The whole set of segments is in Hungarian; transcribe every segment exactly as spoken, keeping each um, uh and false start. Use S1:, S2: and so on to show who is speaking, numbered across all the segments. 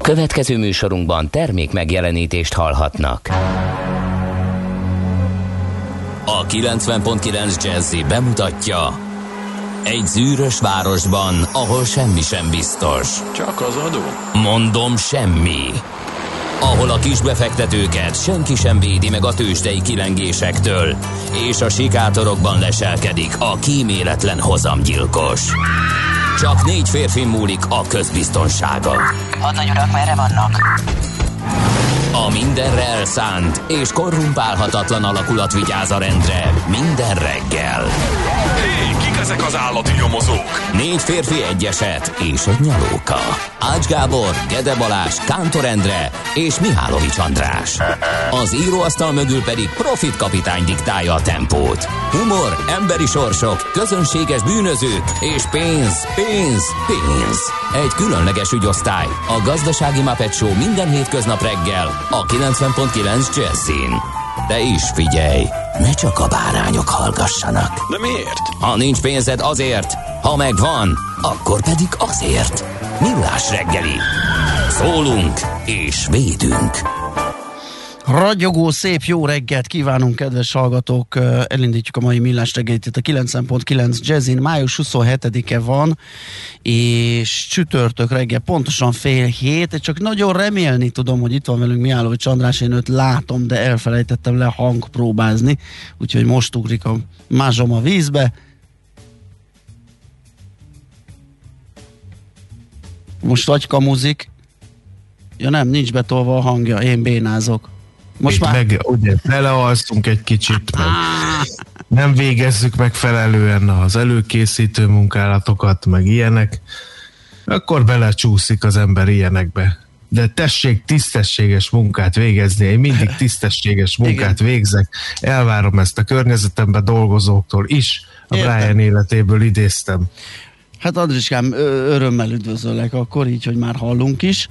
S1: Következő műsorunkban termék megjelenítést hallhatnak.
S2: A kilencven pont kilenc Jazzy bemutatja: egy zűrös városban, ahol semmi sem biztos.
S3: Csak az adó?
S2: Mondom, semmi. Ahol a kisbefektetőket senki sem védi meg a tőzsdei kilengésektől, és a sikátorokban leselkedik a kíméletlen hozamgyilkos. Csak négy férfi múlik a közbiztonsága.
S4: Hadnagy urak, merre vannak?
S2: A mindenre elszánt és korrumpálhatatlan alakulat vigyáz a rendre minden reggel.
S3: Hé, kik ezek az állati nyomozók?
S2: Négy férfi, egy eset és egy nyalóka. Ács Gábor, Gede Balázs, Kántor Endre és Mihálovics András. Az íróasztal mögül pedig Profit kapitány diktálja a tempót. Humor, emberi sorsok, közönséges bűnözők és pénz, pénz, pénz. Egy különleges ügyosztály, a Gazdasági Muppet Show minden hétköznap reggel a kilencven pont kilenc Jazzin. De is figyelj, ne csak a bárányok hallgassanak.
S3: De miért?
S2: Ha nincs pénzed, azért, ha megvan, akkor pedig azért. Millás reggeli. Szólunk és védünk.
S5: Ragyogó, szép jó reggelt kívánunk, kedves hallgatók! Elindítjuk a mai Millás reggelit itt a kilencven pont kilenc Jazzin. Május huszonhetedike van, és csütörtök reggel pontosan fél hét, csak nagyon remélni tudom, hogy itt van velünk Mihálovics András, én őt látom, de elfelejtettem le hangpróbázni, úgyhogy most ugrik a mázsom a vízbe. Most agykamuzik. Ja nem, nincs betolva a hangja, én bénázok. Most
S6: már... meg ugye belealsztunk egy kicsit, meg nem végezzük megfelelően az előkészítő munkálatokat, meg ilyenek, akkor belecsúszik az ember ilyenekbe. De tessék tisztességes munkát végezni, én mindig tisztességes munkát végzek, elvárom ezt a környezetemben dolgozóktól is, a Értem. Brian életéből idéztem.
S5: Hát Andriskám, örömmel üdvözöllek akkor, így, hogy már hallunk is,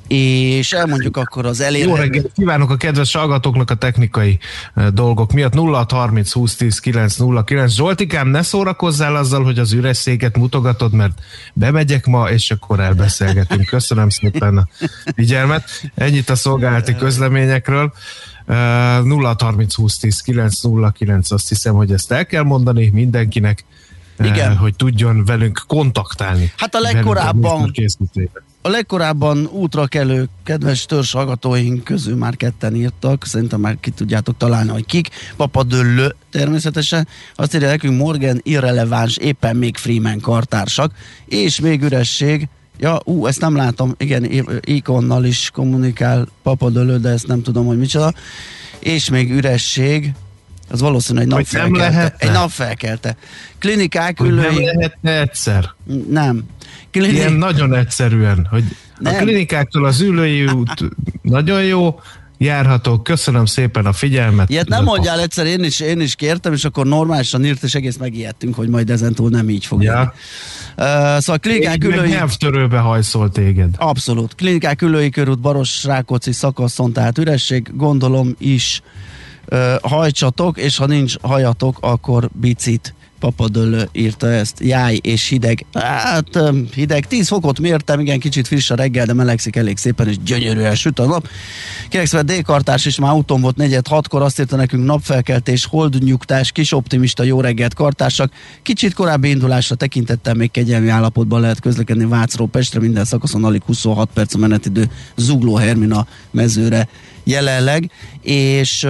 S5: és elmondjuk akkor az elérhető...
S6: Jó reggelt kívánok a kedves hallgatóknak a technikai uh, dolgok miatt. nulla hat harminc húsz tíz kilenc nulla kilenc. Zsoltikám, ne szórakozzál azzal, hogy az üres széket mutogatod, mert bemegyek ma, és akkor elbeszélgetünk. Köszönöm szépen a figyelmet. Ennyit a szolgálati közleményekről. Uh, nulla hat harminc húsz tíz kilenc nulla kilenc, azt hiszem, hogy ezt el kell mondani mindenkinek,
S5: igen.
S6: hogy tudjon velünk kontaktálni.
S5: Hát a legkorábban... A legkorábban útra kelő kedves törzshallgatóink közül már ketten írtak, szerintem már ki tudjátok találni, hogy kik. Papa Döllő természetesen, azt írja nekünk Morgan irreleváns, éppen még Freeman kartársak, és még üresség, ja, ú, ezt nem látom, igen, ikonnal is kommunikál Papa Döllő, de ezt nem tudom, hogy micsoda, és még üresség, az valószínűleg egy napfelkelte. Egy napfelkelte. Klinikák
S6: hogy
S5: ülői...
S6: nem lehetne egyszer?
S5: Nem. Klinik...
S6: Ilyen nagyon egyszerűen, hogy nem. A klinikáktól az ülői út nagyon jó, járható. Köszönöm szépen a figyelmet.
S5: Ilyet nem mondjál egyszer, én is, én is kértem, és akkor normálisan írt, és egész megijedtünk, hogy majd ezentúl nem így fog ja. uh, Szóval klinikák ülői...
S6: nyelvtörőbe hajszol téged.
S5: Abszolút. Klinikák ülői körút, Baros-Rákóczi szakaszon, tehát üresség, gondolom is uh, hajtsatok, és ha nincs hajatok, akkor bicit. Papadöllő írta ezt. Jáj és hideg. Hát hideg. tíz fokot mértem, igen, kicsit friss a reggel, de melegszik elég szépen, és gyönyörűen süt a nap. Kilencven D-kartárs is már úton volt negyed hatkor, azt írta nekünk napfelkeltés, holdnyugtás, kis optimista, jó reggelt kartársak. Kicsit korábbi indulásra tekintettel még kegyelmi állapotban lehet közlekedni Vácról Pestre, minden szakaszon alig huszonhat perc a menetidő, Zugló Hermina mezőre jelenleg, és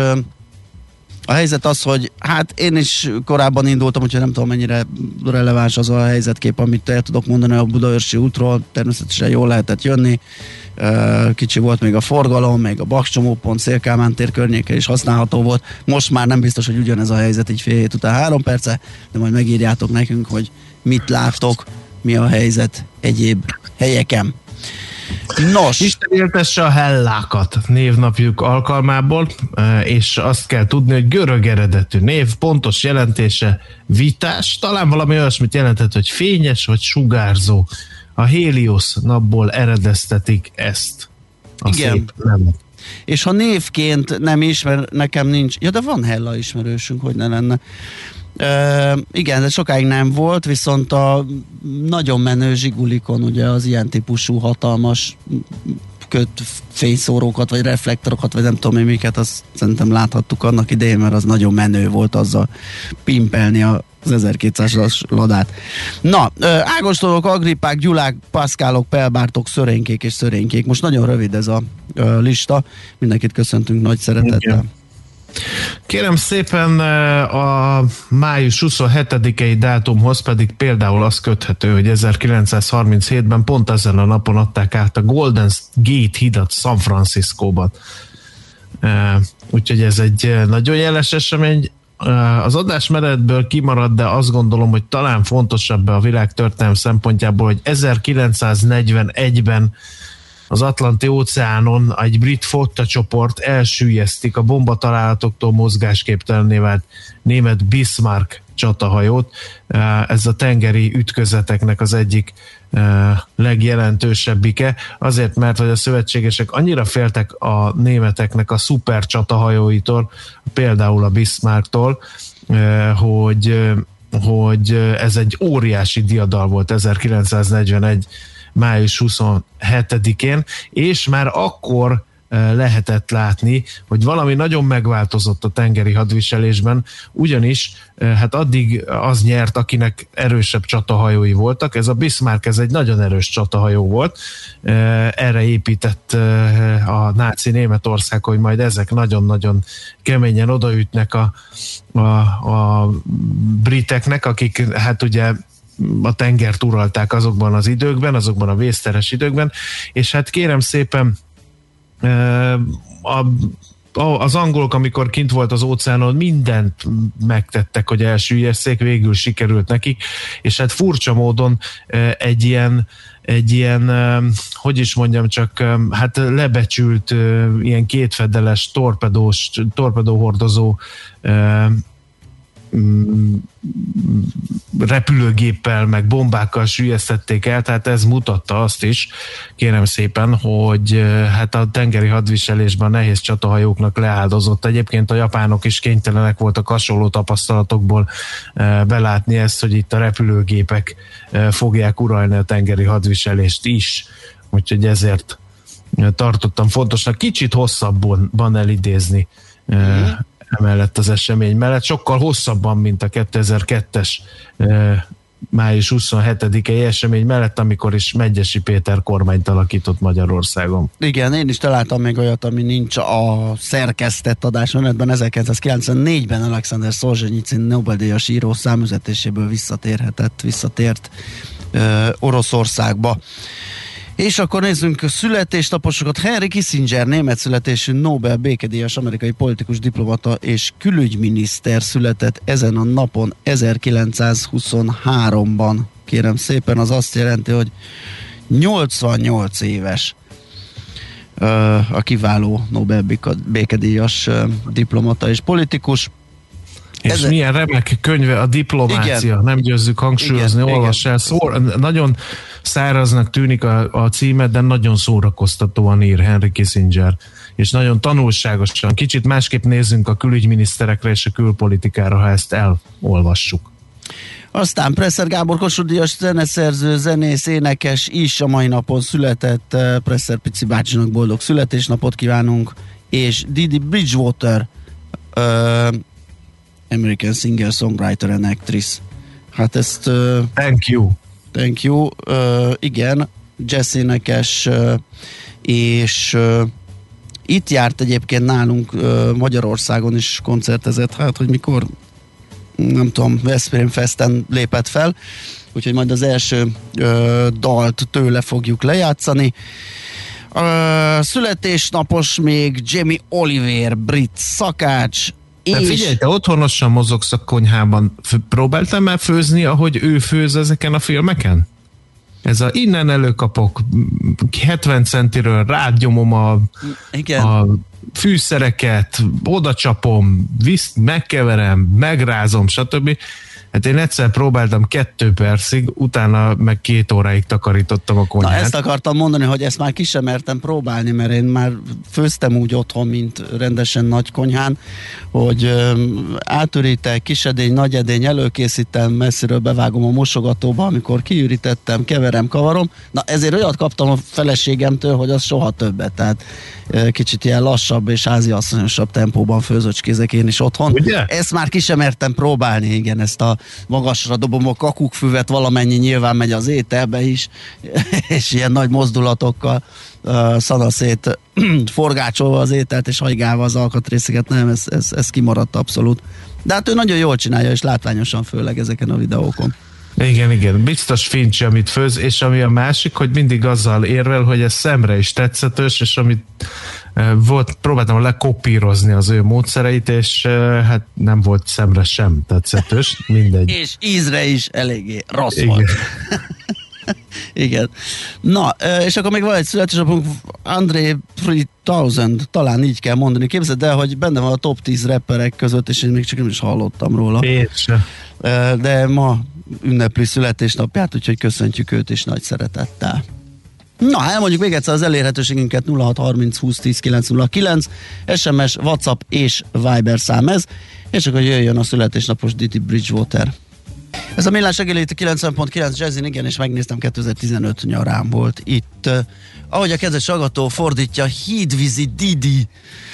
S5: a helyzet az, hogy hát én is korábban indultam, úgyhogy nem tudom mennyire releváns az a helyzetkép, amit el tudok mondani a Budaörsi útról, természetesen jól lehetett jönni, kicsi volt még a forgalom, még a Bakcsomópont, Szél-Kálmán tér környéke is használható volt, most már nem biztos, hogy ugyanez a helyzet így fél hét után három perce, de majd megírjátok nekünk, hogy mit láttok, mi a helyzet egyéb helyeken. Nos.
S6: Isten éltesse a Hellákat névnapjuk alkalmából, és azt kell tudni, hogy görög eredetű név, pontos jelentése vitás, talán valami olyasmit jelentett, hogy fényes vagy sugárzó. A Héliosz napból eredeztetik ezt a
S5: igen.
S6: szép nevet.
S5: És ha névként nem ismer, nekem nincs, ja de van Hella ismerősünk, hogy ne lenne. Uh, igen, de sokáig nem volt, viszont a nagyon menő zsigulikon ugye az ilyen típusú hatalmas kötfényszórókat, vagy reflektorokat, vagy nem tudom én miket, azt szerintem láthattuk annak idején, mert az nagyon menő volt azzal pimpelni az ezerkétszázas ladát. Na, Ágostolók, Agrippák, Gyulák, Paszkálok, Pelbártok, Szörénkék és Szörénkék. Most nagyon rövid ez a lista. Mindenkit köszöntünk nagy szeretettel. Igen.
S6: Kérem szépen, a május huszonhetedikei dátumhoz pedig például az köthető, hogy ezerkilencszázharminchétben pont ezen a napon adták át a Golden Gate hidat San Franciscóban. Úgyhogy ez egy nagyon jeles esemény. Az adásmenetből kimarad, de azt gondolom, hogy talán fontosabb a világtörténelem szempontjából, hogy ezerkilencszáznegyvenegyben az Atlanti-óceánon egy brit flotta csoport elsüllyesztik a bombatalálatoktól mozgásképtelenné vált német Bismarck csatahajót. Ez a tengeri ütközeteknek az egyik legjelentősebbike, azért, mert hogy a szövetségesek annyira féltek a németeknek a szuper csatahajóitól, például a Bismarcktól, hogy, hogy ez egy óriási diadal volt ezerkilencszáznegyvenegy május huszonhetedikén, és már akkor lehetett látni, hogy valami nagyon megváltozott a tengeri hadviselésben, ugyanis hát addig az nyert, akinek erősebb csatahajói voltak. Ez a Bismarck, ez egy nagyon erős csatahajó volt. Erre épített a náci Németország, hogy majd ezek nagyon-nagyon keményen odaütnek a, a, a briteknek, akik hát ugye a tengert uralták azokban az időkben, azokban a vészteres időkben, és hát kérem szépen a, az angolok, amikor kint volt az óceánon, mindent megtettek, hogy elsüllyeszték, végül sikerült nekik, és hát furcsa módon egy ilyen, egy ilyen, hogy is mondjam, csak hát lebecsült ilyen kétfedeles torpedós, torpedóhordozó repülőgéppel, meg bombákkal süllyesztették el, tehát ez mutatta azt is, kérem szépen, hogy hát a tengeri hadviselésben a nehéz csatahajóknak leáldozott. Egyébként a japánok is kénytelenek voltak hasonló tapasztalatokból belátni ezt, hogy itt a repülőgépek fogják uralni a tengeri hadviselést is. Úgyhogy ezért tartottam fontosnak kicsit hosszabban elidézni mm. emellett az esemény mellett, sokkal hosszabban, mint a kétezer-kettes eh, május huszonhetedikei esemény mellett, amikor is Medgyessy Péter kormányt alakított Magyarországon.
S5: Igen, én is találtam még olyat, ami nincs a szerkesztett adásmenetben. ezerkilencszázkilencvennégyben Alexander Szolzsenyicin Nobel-díjas író számüzetéséből visszatérhetett, visszatért eh, Oroszországba. És akkor nézzünk születésnaposokat. Henry Kissinger, német születésű Nobel békedíjas amerikai politikus, diplomata és külügyminiszter született ezen a napon ezerkilencszázhuszonháromban. Kérem szépen, az azt jelenti, hogy nyolcvannyolc éves a kiváló Nobel békedíjas diplomata és politikus.
S6: És ez milyen remek könyve a Diplomácia, igen. Nem győzzük hangsúlyozni, olvass el. Szóra, nagyon száraznak tűnik a, a címe, de nagyon szórakoztatóan ír Henry Kissinger, és nagyon tanulságosan. Kicsit másképp nézzünk a külügyminiszterekre és a külpolitikára, ha ezt elolvassuk.
S5: Aztán Presser Gábor Kossuth-díjas zeneszerző, zenész, énekes is a mai napon született. Presser Pici bácsinak boldog születésnapot kívánunk, és Didi Bridgewater, uh, American singer, songwriter and actress. Hát ezt... Uh,
S6: thank you.
S5: Thank you. Uh, igen, jazz énekes, uh, és uh, itt járt egyébként nálunk uh, Magyarországon is koncertezett, hát hogy mikor, nem tudom, Veszprém Festen lépett fel, úgyhogy majd az első uh, dalt tőle fogjuk lejátszani. Uh, születésnapos még Jamie Oliver, brit szakács.
S6: De
S5: és...
S6: figyelj, te otthonosan mozogsz a konyhában. Próbáltál már főzni, ahogy ő főz ezeken a filmeken? Ez a innen előkapok hetven centiről, rádnyomom a, a fűszereket, oda csapom, visz, megkeverem, megrázom, stb. Hát én egyszer próbáltam kettő percig, utána meg két óráig takarítottam a konyhát.
S5: Na ezt akartam mondani, hogy ezt már ki sem mertem próbálni, mert én már főztem úgy otthon, mint rendesen nagy konyhán, hogy um, átürítek, kisedény, nagy edény, előkészítem, messziről bevágom a mosogatóba, amikor kiürítettem, keverem, kavarom. Na ezért olyat kaptam a feleségemtől, hogy az soha többet, tehát uh, kicsit ilyen lassabb és háziasszonyosabb tempóban főzöcskézek én is otthon.
S6: Ugye?
S5: Ezt már ki sem mertem próbálni, igen, ezt a magasra dobom a kakukkfüvet, valamennyi nyilván megy az ételbe is, és ilyen nagy mozdulatokkal uh, szanaszét forgácsolva az ételt, és hajgálva az alkatrészeket, nem, ez, ez, ez kimaradt abszolút. De hát ő nagyon jól csinálja, és látványosan főleg ezeken a videókon.
S6: Igen, igen, biztos fincsi, amit főz, és ami a másik, hogy mindig azzal érvel, hogy ez szemre is tetszetős, és amit volt, próbáltam lekopírozni az ő módszereit, és hát nem volt szemre sem tetszetős, mindegy.
S5: És ízre is eléggé rossz
S6: igen.
S5: volt. Igen. Na, és akkor még van egy születésnapunk, André three thousand, talán így kell mondani. Képzeld el, hogy benne van a top tíz rapperek között, és én még csak nem is hallottam róla.
S6: Én sem.
S5: De ma ünnepli születésnapját, úgyhogy köszöntjük őt is nagy szeretettel. Na, elmondjuk még egyszer az elérhetőségünket: nulla hat harminc húsz tíz kilenc nulla kilenc, es em es, WhatsApp és Viber szám ez, és akkor jöjjön a születésnapos Didi Bridgewater. Ez a Millás reggeli itt a kilencven pont kilenc Jazzin, igen, és megnéztem, kétezer-tizenöt nyarán volt itt. Uh, ahogy a kedves hallgató fordítja, hídvízi Didi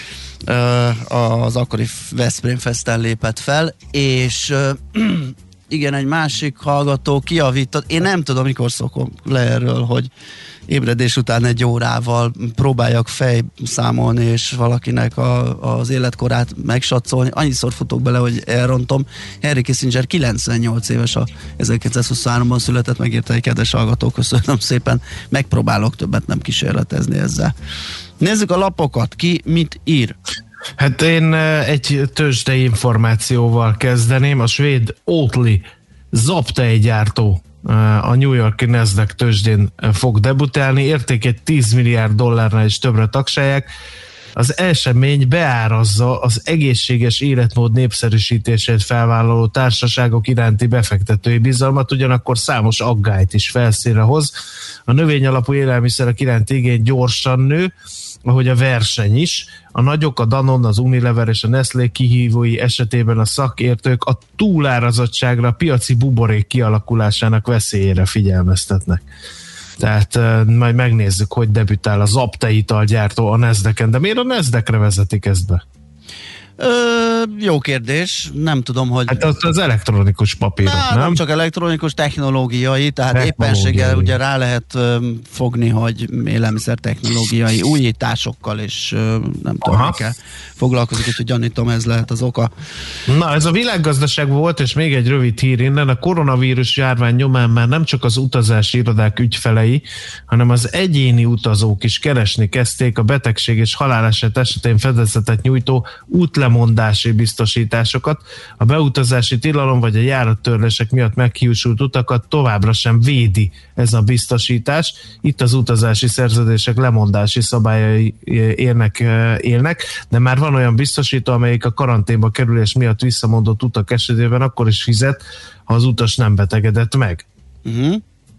S5: uh, az akkori Veszprém Festen lépett fel, és uh, igen, egy másik hallgató kiavított, én nem tudom, mikor szokom le erről, hogy ébredés után egy órával próbáljak fejszámolni, és valakinek a, az életkorát megsatszolni. Annyiszor futok bele, hogy elrontom. Henry Kissinger kilencvennyolc éves, a ezerkilencszázhuszonháromban született, megírta egy kedves hallgató, köszönöm szépen. Megpróbálok többet nem kísérletezni ezzel. Nézzük a lapokat, ki mit ír.
S6: Hát én egy tőzsdei információval kezdeném. A svéd Oatly zaptejgyártó a New York-i Nasdaq tőzsdén fog debutálni, értékét tíz milliárd dollárnál is többre tagsálják. Az esemény beárazza az egészséges életmód népszerűsítését felvállaló társaságok iránti befektetői bizalmat, ugyanakkor számos aggályt is felszínre hoz. A növényalapú élelmiszerek iránti igény gyorsan nő, ahogy a verseny is. A nagyok, a Danone, az Unilever és a Nestlé kihívói esetében a szakértők a túlárazottságra, a piaci buborék kialakulásának veszélyére figyelmeztetnek. Tehát uh, majd megnézzük, hogy debütál a zapteitalgyártó a Nasdaqen. De miért a Nasdaqre vezetik ezt be?
S5: Ö, jó kérdés, nem tudom, hogy...
S6: Hát az, az elektronikus papírok,
S5: Na,
S6: nem?
S5: Nem csak elektronikus, technológiai, tehát
S6: technológiai.
S5: Éppenséggel ugye rá lehet ö, fogni, hogy élelmiszer technológiai újításokkal, és ö, nem tudom, mikkel foglalkozik, úgyhogy gyanítom, ez lehet az oka.
S6: Na, ez a világgazdaság volt, és még egy rövid hír innen. A koronavírus járvány nyomán már nem csak az utazási irodák ügyfelei, hanem az egyéni utazók is keresni kezdték a betegség és haláleset esetén fedezetet nyújtó útlemondási biztosításokat. A beutazási tilalom vagy a járattörlések miatt meghiúsult utakat továbbra sem védi ez a biztosítás. Itt az utazási szerződések lemondási szabályai élnek, élnek, de már van olyan biztosító, amelyik a karanténba kerülés miatt visszamondott utak esetében akkor is fizet, ha az utas nem betegedett meg. Uh-huh.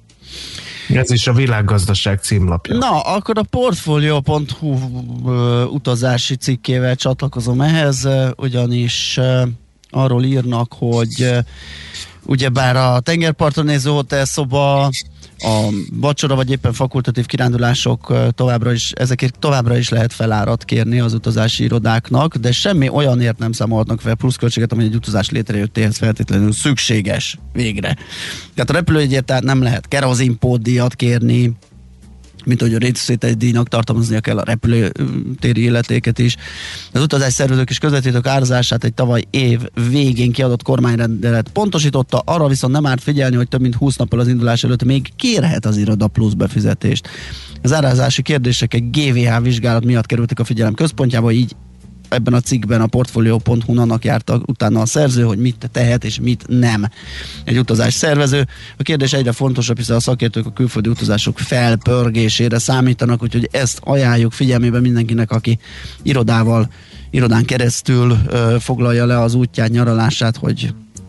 S6: Ez is a világgazdaság címlapja.
S5: Na, akkor a portfolio pont hu utazási cikkével csatlakozom ehhez, ugyanis arról írnak, hogy ugyebár a tengerparton néző hotelszoba, a vacsora vagy éppen fakultatív kirándulások továbbra is, ezekért továbbra is lehet felárat kérni az utazási irodáknak, de semmi olyanért nem számolhatnak fel pluszköltséget, amely egy utazás létrejöttéhez feltétlenül szükséges végre. Tehát a repülőjegyért tehát nem lehet kerozinpótdíjat kérni, mint hogy a részvételi díjnak tartalmaznia kell a repülőtéri illetéket is. Az utazás szervezők és közvetítők árazását egy tavaly év végén kiadott kormányrendelet pontosította, arra viszont nem árt figyelni, hogy több mint húsz nappal az indulás előtt még kérhet az iroda plusz befizetést. Az árazási kérdések egy gé vé há vizsgálat miatt kerültek a figyelem központjába, így ebben a cikkben a portfolio pont hu-nak járta utána a szerző, hogy mit tehet és mit nem egy utazás szervező. A kérdés egyre fontosabb, hiszen a szakértők a külföldi utazások felpörgésére számítanak, úgyhogy ezt ajánljuk figyelmébe mindenkinek, aki irodával, irodán keresztül ö, foglalja le az útját, nyaralását, hogy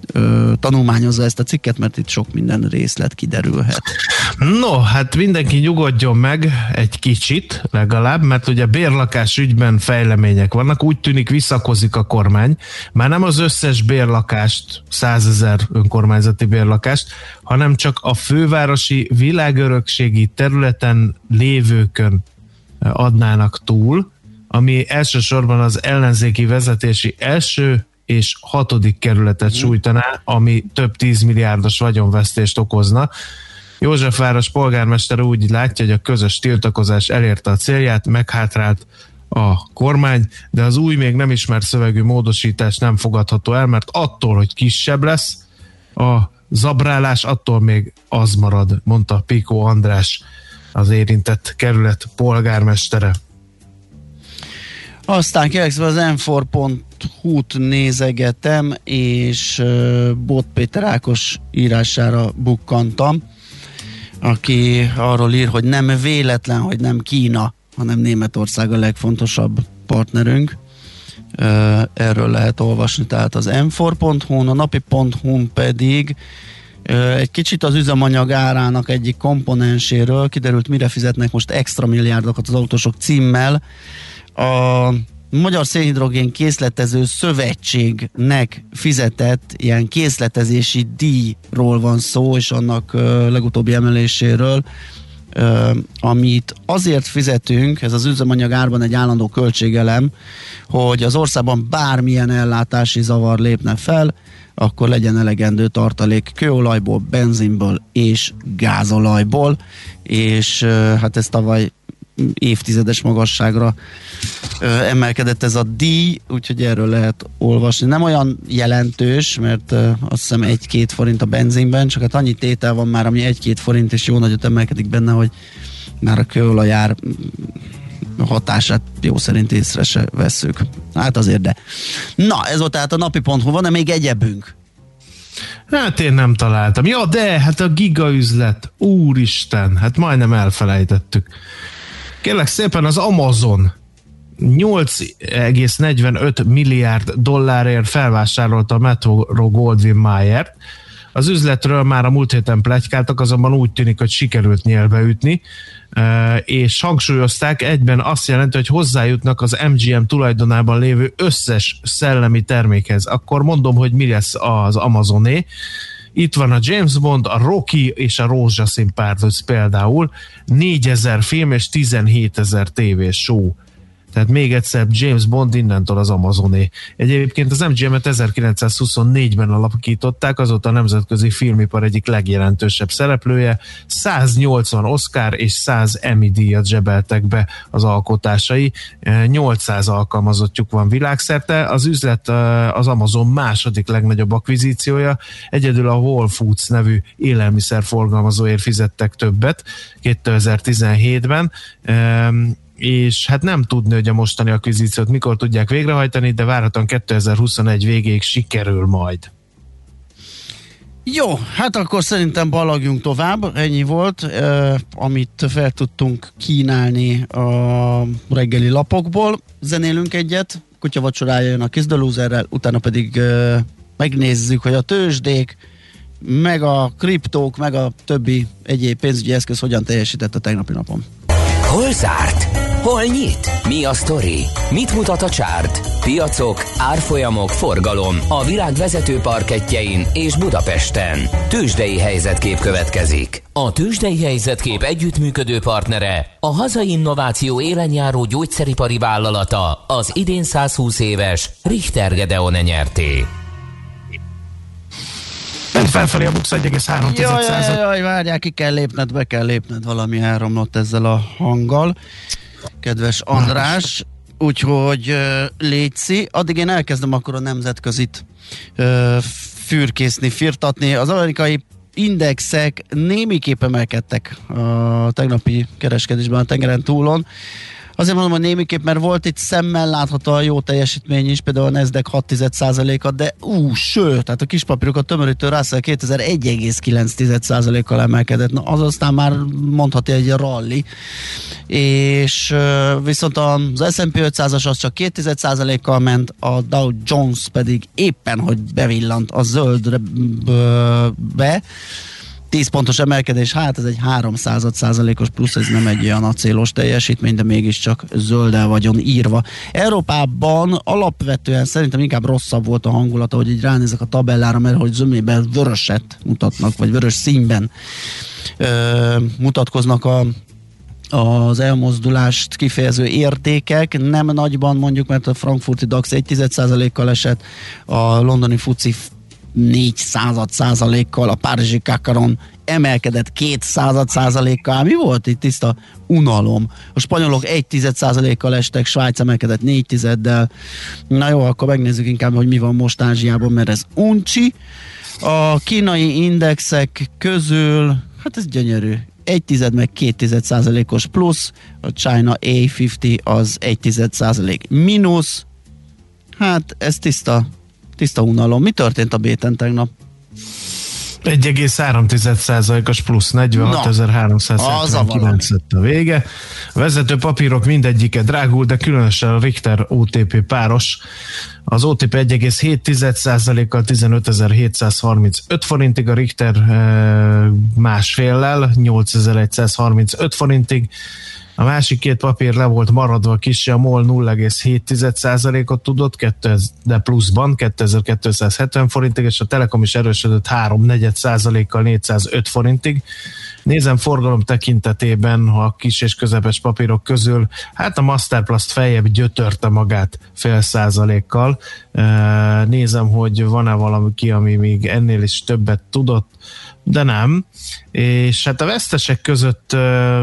S5: ö, tanulmányozza ezt a cikket, mert itt sok minden részlet kiderülhet.
S6: No, hát mindenki nyugodjon meg egy kicsit legalább, mert ugye bérlakás ügyben fejlemények vannak, úgy tűnik visszakozik a kormány, már nem az összes bérlakást, százezer önkormányzati bérlakást, hanem csak a fővárosi világörökségi területen lévőkön adnának túl, ami elsősorban az ellenzéki vezetési első és hatodik kerületet sújtaná, ami több tízmilliárdos vagyonvesztést okozna. Józsefváros polgármester úgy látja, hogy a közös tiltakozás elérte a célját, meghátrált a kormány, de az új, még nem ismert szövegű módosítás nem fogadható el, mert attól, hogy kisebb lesz a zabrálás, attól még az marad, mondta Pikó András, az érintett kerület polgármestere.
S5: Aztán kérlek az em négy pont hú-t nézegetem, és uh, Bót Péter Ákos írására bukkantam, aki arról ír, hogy nem véletlen, hogy nem Kína, hanem Németország a legfontosabb partnerünk. Uh, erről lehet olvasni, tehát az em négy pont hú-n, a napi pont hú-n pedig uh, egy kicsit az üzemanyag árának egyik komponenséről kiderült, mire fizetnek most extra milliárdokat az autósok címmel. A Magyar Szénhidrogén Készletező Szövetségnek fizetett ilyen készletezési díjról van szó, és annak uh, legutóbbi emeléséről, uh, amit azért fizetünk, ez az üzemanyag árban egy állandó költségelem, hogy az országban bármilyen ellátási zavar lépne fel, akkor legyen elegendő tartalék kőolajból, benzinből és gázolajból, és uh, hát ez tavaly évtizedes magasságra ö, emelkedett ez a díj, úgyhogy erről lehet olvasni. Nem olyan jelentős, mert ö, azt hiszem egy-két forint a benzinben, csak hát annyi tétel van már, ami egy-két forint, és jó nagyot emelkedik benne, hogy már a kőolajár hatását jó szerint észre se vesszük. Hát azért, de. Na, ez volt tehát a napi pont hú. Van-e még egyebünk?
S6: Hát én nem találtam. Ja, de, hát a gigaüzlet. Úristen, hát majdnem elfelejtettük. Kérlek szépen, az Amazon nyolc egész negyvenöt milliárd dollárért felvásárolta a Metro Goldwyn Mayert. Az üzletről már a múlt héten pletykáltak, azonban úgy tűnik, hogy sikerült nyélbe ütni, és hangsúlyozták, egyben azt jelenti, hogy hozzájutnak az em gé em tulajdonában lévő összes szellemi termékhez. Akkor mondom, hogy mi lesz az Amazoné. Itt van a James Bond, a Rocky és a Rózsaszín párduc például, négyezer film és tizenhétezer tévés show. Tehát még egyszer James Bond innentől az Amazoné. Egyébként az em gé em-et ezerkilencszázhuszonnégyben alapították, azóta a nemzetközi filmipar egyik legjelentősebb szereplője. száznyolcvan Oscar és száz Emmy díjat zsebeltek be az alkotásai. nyolcszáz alkalmazottjuk van világszerte. Az üzlet az Amazon második legnagyobb akvizíciója. Egyedül a Whole Foods nevű élelmiszerforgalmazóért fizettek többet kétezer-tizenhétben. És hát nem tudni, hogy a mostani akvizíciót mikor tudják végrehajtani, de várhatóan kétezer-huszonegy végéig sikerül majd.
S5: Jó, hát akkor szerintem ballagjunk tovább. Ennyi volt, eh, amit fel tudtunk kínálni a reggeli lapokból. Zenélünk egyet, kutyavacsorája jön a Kiss the Loserrel, utána pedig eh, megnézzük, hogy a tőzsdék, meg a kriptók, meg a többi egyéb pénzügyi eszköz hogyan teljesített a tegnapi napon.
S1: Hol zárt? Hol nyit? Mi a sztori? Mit mutat a csárt? Piacok, árfolyamok, forgalom a világ vezető parkettjein és Budapesten. Tőzsdei helyzetkép következik. A Tőzsdei helyzetkép együttműködő partnere, a hazai innováció élenjáró gyógyszeripari vállalata, az idén százhúsz éves Richter Gedeon nyerté.
S6: Ment felfelé a Bux egy egész három
S5: Jaj, jaj, jaj, várjál, ki kell lépned, be kell lépned, valami elromlott ezzel a hanggal. Kedves András, úgyhogy uh, létszi. Addig én elkezdem akkor a nemzetközit uh, fürkészni, firtatni. Az amerikai indexek némiképp emelkedtek a tegnapi kereskedésben a tengeren túlon. Azért mondom, hogy némiképp, mert volt itt szemmel látható a jó teljesítmény is, például a Nasdaq hat egész egy százaléka, de ú, sőt, tehát a kispapírokat tömörítő Russell kétezer egy egész kilenc százalékkal emelkedett, na az aztán már mondhatja egy rally, és viszont az es and pé ötszázas az csak két egész egy százalékkal ment, a Dow Jones pedig éppen, hogy bevillant a zöldre be, tíz pontos emelkedés, hát ez egy háromszázad százalékos plusz, ez nem egy olyan acélos teljesítmény, de mégiscsak zölddel vagyon írva. Európában alapvetően szerintem inkább rosszabb volt a hangulata, hogy így ránézek a tabellára, mert hogy zömében vöröset mutatnak, vagy vörös színben ö, mutatkoznak a az elmozdulást kifejező értékek, nem nagyban mondjuk, mert a frankfurti DAX egy egész egy százalékkal esett, a londoni fuci négy század százalékkal, a párizsi Kakaron emelkedett két század százalékkal. Mi volt itt? Tiszta unalom. A spanyolok egy tized százalékkal estek, Svájc emelkedett négy tizeddel. Na jó, akkor megnézzük inkább, hogy mi van most Ázsiában, mert ez uncsi. A kínai indexek közül, hát ez gyönyörű, egy tized meg két tized százalékos plusz, a China A ötven az egy tized százalék mínusz. Hát ez tiszta Tiszta unalom. Mi történt a béten tegnap?
S6: egy egész három százalékos plusz, negyvenhatezer-háromszázhetvenkilenc lett a vége. A vezető papírok mindegyike drágul, de különösen a Richter o té pé páros. Az o té pé egy egész hét százalékkal tizenötezer-hétszázharmincöt forintig, a Richter másféllel nyolcezer-egyszázharmincöt forintig. A másik két papír le volt maradva kissé, a MOL nulla egész hét százalékot tudott, de pluszban kétezer-kétszázhetven forintig, és a Telekom is erősödött három negyed százalékkal négyszázöt forintig. Nézem forgalom tekintetében a kis és közepes papírok közül, hát a Masterplast feljebb gyötörte magát fél százalékkal. Nézem, hogy van-e valaki, ami még ennél is többet tudott, de nem. És hát a vesztesek között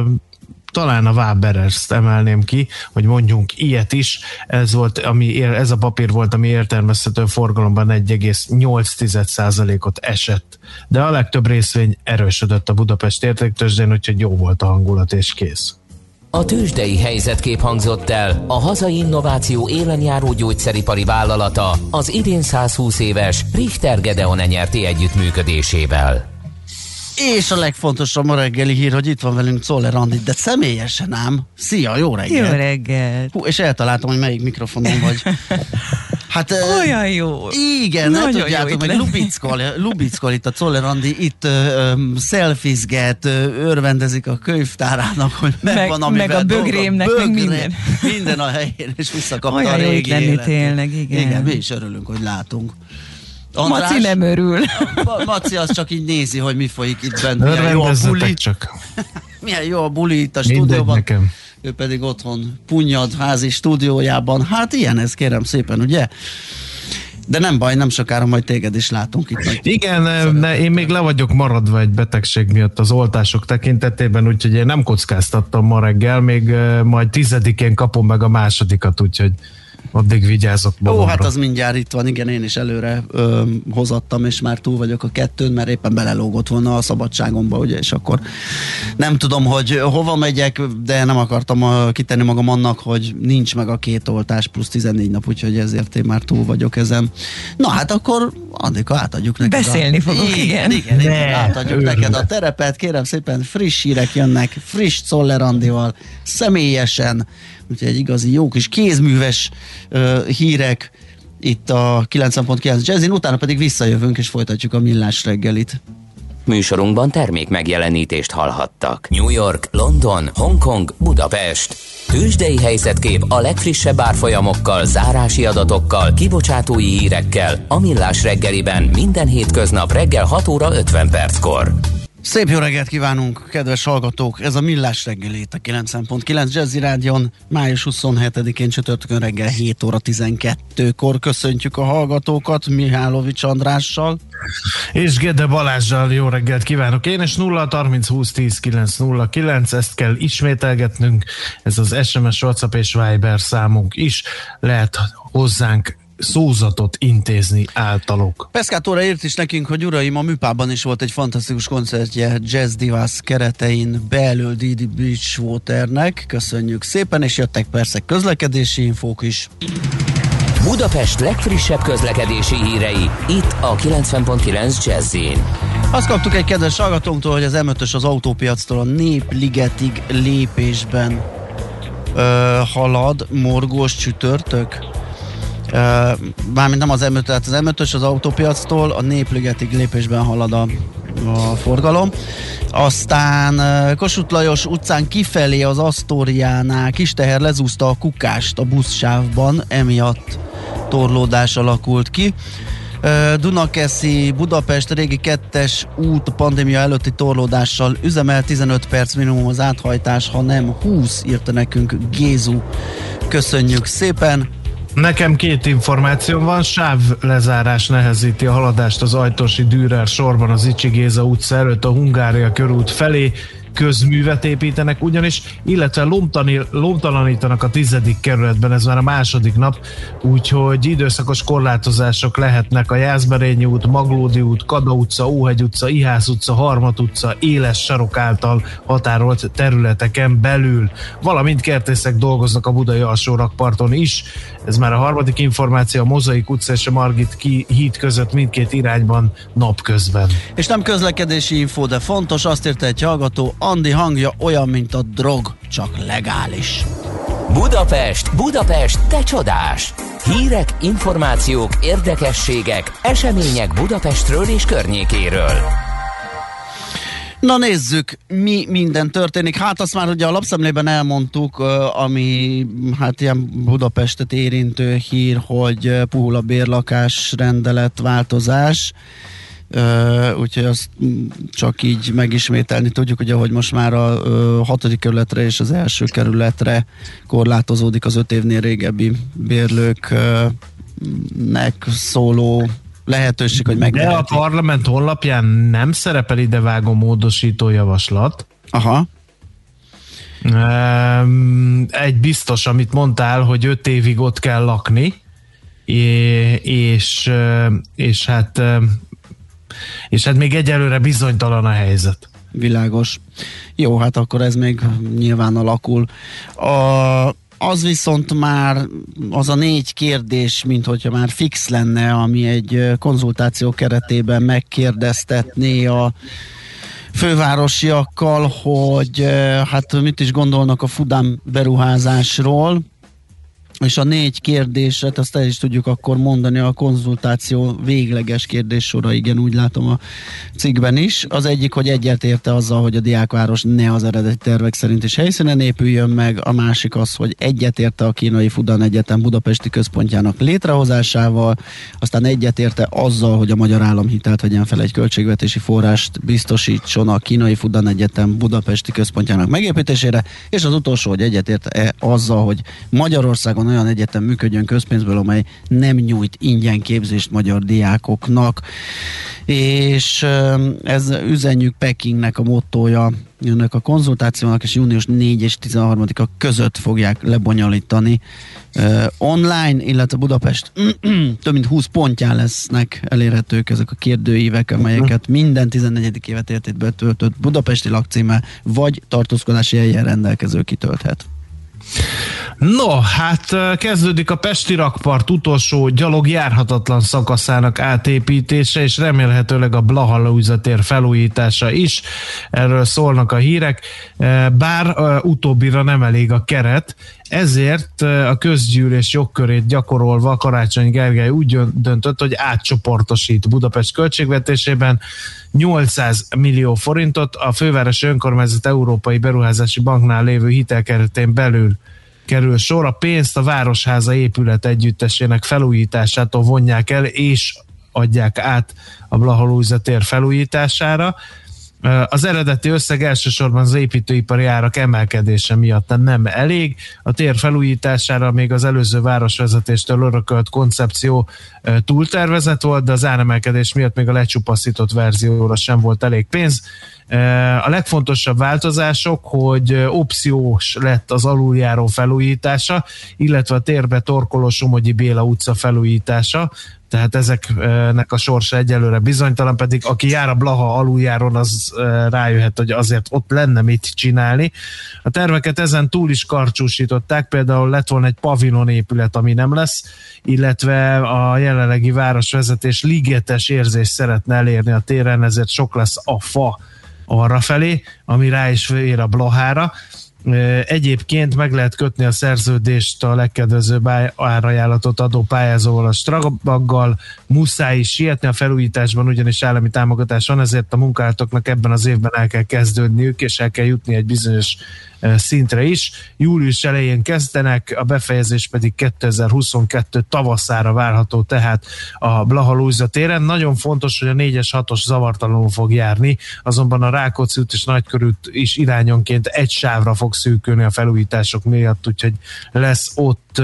S6: talán a Waberers-t emelném ki, hogy mondjunk ilyet is. Ez, volt, ami, ez a papír volt, ami értelmezhető forgalomban egy egész nyolc százalékot esett. De a legtöbb részvény erősödött a Budapest értéktőzsdén, úgyhogy jó volt a hangulat, és kész.
S1: A tőzsdei helyzetkép hangzott el a hazai innováció élenjáró gyógyszeripari vállalata az idén százhúsz éves Richter Gedeon nyerti együttműködésével.
S5: És a legfontosabb ma reggeli hír, hogy itt van velünk Czoller Andi, de személyesen ám. Szia, jó reggel!
S7: Jó reggel!
S5: Hú, és eltaláltam, hogy melyik mikrofonon vagy. Hát,
S7: olyan jó!
S5: Igen, nem tudjátok, meg lubickol, lubickol itt a Czoller Andi, itt uh, szelfizget, uh, örvendezik a könyvtárának, hogy megvan, amivel
S7: meg a bögrémnek,
S5: dolga,
S7: meg minden.
S5: Minden a helyén, és visszakapta
S7: olyan
S5: a régi
S7: jó itt lenni
S5: életet.
S7: Tényleg, igen.
S5: Igen, mi is örülünk, hogy látunk. András,
S7: Maci nem örül.
S5: Maci az csak így nézi, hogy mi folyik itt bent. Milyen jó a buli.
S6: Csak.
S5: Milyen jó a buli itt a stúdióban.
S6: Nekem.
S5: Ő pedig otthon punnyad házi stúdiójában. Hát ilyen ez, kérem szépen, ugye? De nem baj, nem sokára majd téged is látunk itt.
S6: Igen, ne, én még le vagyok maradva egy betegség miatt az oltások tekintetében, úgyhogy én nem kockáztattam ma reggel, még majd tizedikén kapom meg a másodikat, úgyhogy addig vigyázok magamra.
S5: Ó, hát az mindjárt itt van, igen, én is előre ö, hozattam, és már túl vagyok a kettőn, mert éppen belelógott volna a szabadságomba, ugye, és akkor nem tudom, hogy hova megyek, de nem akartam uh, kitenni magam annak, hogy nincs meg a két oltás plusz tizennégy nap, úgyhogy ezért én már túl vagyok ezen. Na hát akkor Andika, átadjuk neked.
S7: Beszélni
S5: a...
S7: fogok, igen.
S5: Igen, igen, igen, igen átadjuk
S6: örülök.
S5: neked a terepet, kérem szépen, friss hírek jönnek, friss Czoller Andival, személyesen, úgyhogy egy igazi jó kis kézműves uh, hírek itt a kilencven pont kilenc Jazzin, utána pedig visszajövünk és folytatjuk a millás reggelit.
S1: Műsorunkban termék megjelenítést hallhattak. New York, London, Hongkong, Budapest. Tőzsdei helyzetkép a legfrissebb árfolyamokkal, zárási adatokkal, kibocsátói hírekkel a millás reggeliben minden hétköznap reggel hat óra ötven perckor.
S5: Szép jó reggelt kívánunk, kedves hallgatók! Ez a millás reggelét a kilencven pont kilenc Jazzy Rádion május huszonhetedikén csütörtökön reggel hét óra tizenkettőkor köszöntjük a hallgatókat Mihálovics Andrással.
S6: És Gede Balázsral jó reggelt kívánok én, és nulla harminc húsz tíz kilenc nulla kilenc, ezt kell ismételgetnünk, ez az es em es, WhatsApp és Viber számunk is, lehet hozzánk szózatot intézni általuk.
S5: Pescatora írt is nekünk, hogy uraim, a Műpában is volt egy fantasztikus koncertje Jazz Divas keretein belül Didi Bridgewaternek. Köszönjük szépen, és jöttek persze közlekedési infók is.
S1: Budapest legfrissebb közlekedési hírei, itt a kilencven pont kilenc Jazz-in.
S5: Azt kaptuk egy kedves hallgatónktól, hogy az em ötös az autópiactól a Népligetig lépésben ö, halad, morgós csütörtök. Ö, mármint nem az em öt, tehát az em ötös az autópiactól a Népligetig lépésben halad a, a forgalom. Aztán Kossuth Lajos utcán kifelé az Asztóriánál kisteher lezúzta a kukást a buszsávban, emiatt torlódás alakult ki. Dunakeszi Budapest régi kettes út a pandémia előtti torlódással üzemel, tizenöt perc minimum az áthajtás, ha nem húsz, írta nekünk Gézu. Köszönjük szépen!
S6: Nekem két információm van, sávlezárás nehezíti a haladást az Ajtosi Dürer sorban az Icsi Géza utca előtt a Hungária körút felé, közművet építenek ugyanis, illetve lomtani, lomtalanítanak a tizedik kerületben, ez már a második nap, úgyhogy időszakos korlátozások lehetnek a Jászberényi út, Maglódi út, Kada utca, Óhegy utca, Ihász utca, Harmat utca, éles sarok által határolt területeken belül. Valamint kertészek dolgoznak a budai alsórakparton is. Ez már a harmadik információ, a Mozaik utca és a Margit híd között mindkét irányban napközben.
S5: És nem közlekedési infó, de fontos, azt írta egy hallgató, Andi hangja olyan, mint a drog, csak legális.
S1: Budapest, Budapest, te csodás! Hírek, információk, érdekességek, események Budapestről és környékéről.
S5: Na nézzük, mi minden történik. Hát azt már ugye a lapszemlében elmondtuk, ami hát ilyen Budapestet érintő hír, hogy puhul a bérlakás rendelet változás. Uh, úgyhogy azt csak így megismételni tudjuk, ugye, hogy most már a uh, hatodik kerületre és az első kerületre korlátozódik az öt évnél régebbi bérlőknek uh, szóló lehetőség, hogy megveheti.
S6: De a parlament honlapján nem szerepel idevágó módosító javaslat.
S5: Aha.
S6: Um, egy biztos, amit mondtál, hogy öt évig ott kell lakni, és, és hát és hát még egyelőre bizonytalan a helyzet.
S5: Világos. Jó, hát akkor ez még nyilván alakul. A, az viszont már az a négy kérdés, mint hogyha már fix lenne, ami egy konzultáció keretében megkérdeztetné a fővárosiakkal, hogy hát mit is gondolnak a Fudam beruházásról, és a négy kérdéset, azt el is tudjuk akkor mondani a konzultáció végleges kérdéssora, igen, úgy látom a cikkben is. Az egyik, hogy egyetérte azzal, hogy a diákváros ne az eredeti tervek szerint is helyszínen épüljön meg, a másik az, hogy egyetérte a kínai Fudan Egyetem budapesti központjának létrehozásával, aztán egyetérte azzal, hogy a magyar állam hitelt vegyen fel egy költségvetési forrást biztosítson a kínai Fudan Egyetem budapesti központjának megépítésére, és az utolsó, hogy egyetérte azzal, hogy Magyarországon olyan egyetem működjön közpénzből, amely nem nyújt ingyen képzést magyar diákoknak. És ez üzenjük Pekingnek a mottója ennek a konzultációnak, és június negyedike és tizenharmadika között fogják lebonyolítani uh, online, illetve Budapest több mint húsz pontján lesznek elérhetők ezek a kérdőívek, amelyeket minden tizennegyedik évet értétben töltött budapesti lakcímmel vagy tartózkodási helyen rendelkező kitölthet.
S6: No, hát kezdődik a Pesti rakpart utolsó gyalog járhatatlan szakaszának átépítése, és remélhetőleg a Blaha-Lujza tér felújítása is. Erről szólnak a hírek, bár utóbbira nem elég a keret, ezért a közgyűlés jogkörét gyakorolva Karácsony Gergely úgy döntött, hogy átcsoportosít Budapest költségvetésében nyolcszáz millió forintot a fővárosi önkormányzat Európai Beruházási Banknál lévő hitelkeretén belül kerül sor. A pénzt a Városháza épület együttesének felújításától vonják el, és adják át a Blaha-Lujza tér felújítására. Az eredeti összeg elsősorban az építőipari árak emelkedése miatt nem elég. A tér felújítására még az előző városvezetéstől örökölt koncepció túltervezett volt, de az áremelkedés miatt még a lecsupaszított verzióra sem volt elég pénz. A legfontosabb változások, hogy opciós lett az aluljáró felújítása, illetve a térbe torkoló Somogyi Béla utca felújítása, tehát ezeknek a sorsa egyelőre bizonytalan, pedig aki jár a Blaha aluljáron, az rájöhet, hogy azért ott lenne mit csinálni. A terveket ezen túl is karcsúsították, például lett volna egy pavilon épület, ami nem lesz, illetve a jelenlegi városvezetés ligetes érzést szeretne elérni a téren, ezért sok lesz a fa arrafelé, ami rá is ér a Blahára. Egyébként meg lehet kötni a szerződést a legkedvezőbb árajánlatot adó pályázóval, a Strabaggal, muszáj is sietni a felújításban, ugyanis állami támogatás van, ezért a munkálatoknak ebben az évben el kell kezdődniük, és el kell jutni egy bizonyos szintre is. Július elején kezdenek, a befejezés pedig kétezer-huszonkettő tavaszára várható, tehát a Blaha-Lujza téren. Nagyon fontos, hogy a négyes hatos zavartalanul fog járni, azonban a Rákóczi út és Nagykörút is irányonként egy sávra fog szűkülni a felújítások miatt, úgyhogy lesz ott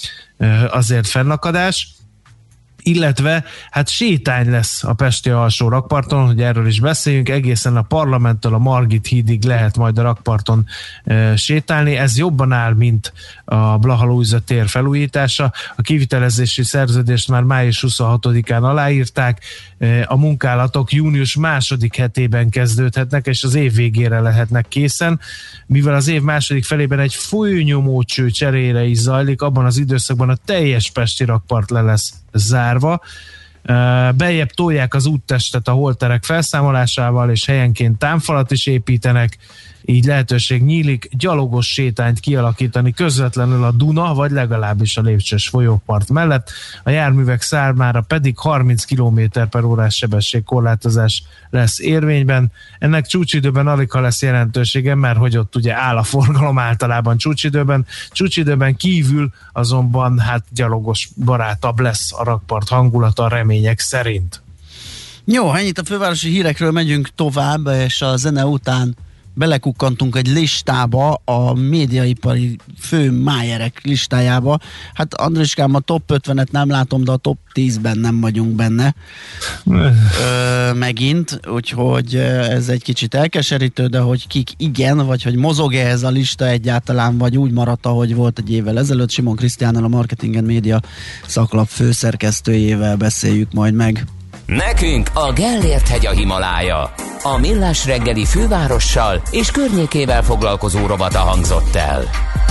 S6: azért fennakadás. Illetve hát sétány lesz a pesti alsó rakparton, hogy erről is beszéljünk, egészen a Parlamenttől a Margit hídig lehet majd a rakparton e, sétálni, ez jobban áll, mint a Blaha-Lujza tér felújítása. A kivitelezési szerződést már május huszonhatodikán aláírták, e, a munkálatok június második hetében kezdődhetnek, és az év végére lehetnek készen, mivel az év második felében egy fújnyomócső cserére is zajlik, abban az időszakban a teljes pesti rakpart le lesz zárva. Bejjebb tolják az úttestet a holterek felszámolásával, és helyenként támfalat is építenek, így lehetőség nyílik gyalogos sétányt kialakítani közvetlenül a Duna, vagy legalábbis a Lépcsős folyópart mellett. A járművek számára pedig harminc kilométer per órás sebességkorlátozás lesz érvényben. Ennek csúcsidőben aligha lesz jelentősége, mert hogy ott ugye áll a forgalom általában csúcsidőben. Csúcsidőben kívül azonban hát gyalogos barátabb lesz a rakpart hangulata a remények szerint.
S5: Jó, ennyit a fővárosi hírekről, megyünk tovább, és a zene után belekukkantunk egy listába, a médiaipari fő májerek listájába. Hát Andriskám, a top ötvenet nem látom, de a top tízben nem vagyunk benne Ö, megint, úgyhogy ez egy kicsit elkeserítő, de hogy kik igen, vagy hogy mozog-e ez a lista egyáltalán, vagy úgy maradt, ahogy volt egy évvel ezelőtt. Simon Krisztiánnal, a Marketing and Media szaklap főszerkesztőjével beszéljük majd meg.
S1: Nekünk a Gellért hegy a Himalája. A Millás reggeli fővárossal és környékével foglalkozó rovata hangzott el.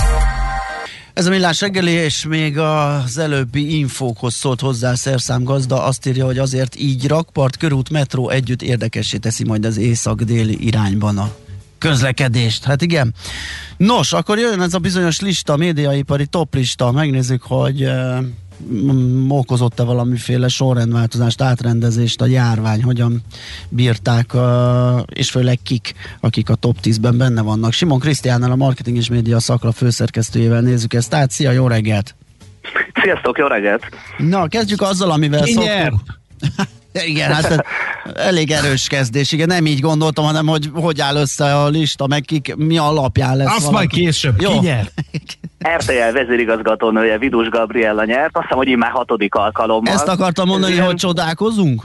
S5: Ez a Millás reggeli, és még az előbbi infókhoz szólt hozzá Szerszám gazda, azt írja, hogy azért így rakpart, körút, metró együtt érdekessé teszi majd az észak-déli irányban a közlekedést. Hát igen. Nos, akkor jön ez a bizonyos lista, médiaipari top lista, megnézzük, hogy uh, okozott-e valamiféle sorrendváltozást, átrendezést a járvány, hogyan bírták, uh, és főleg kik, akik a top tízben benne vannak. Simon Krisztiánnal, a Marketing és Média szaklap főszerkesztőjével nézzük ezt át. Szia, jó reggelt!
S8: Sziasztok, jó reggelt!
S5: Na, kezdjük azzal, amivel
S6: Ki
S5: szoktuk.
S6: nyert?
S5: Igen, hát elég erős kezdés. Igen, nem így gondoltam, hanem hogy hogy áll össze a lista, meg kik, mi alapján lesz
S6: azt
S5: valaki.
S6: majd később,
S5: jó.
S6: Ki nyert?
S8: er té el vezérigazgatónője Vidus Gabriella nyert, azt hiszem, hogy így már hatodik alkalommal.
S5: Ezt akartam mondani,
S8: Ez
S5: hogy csodálkozunk?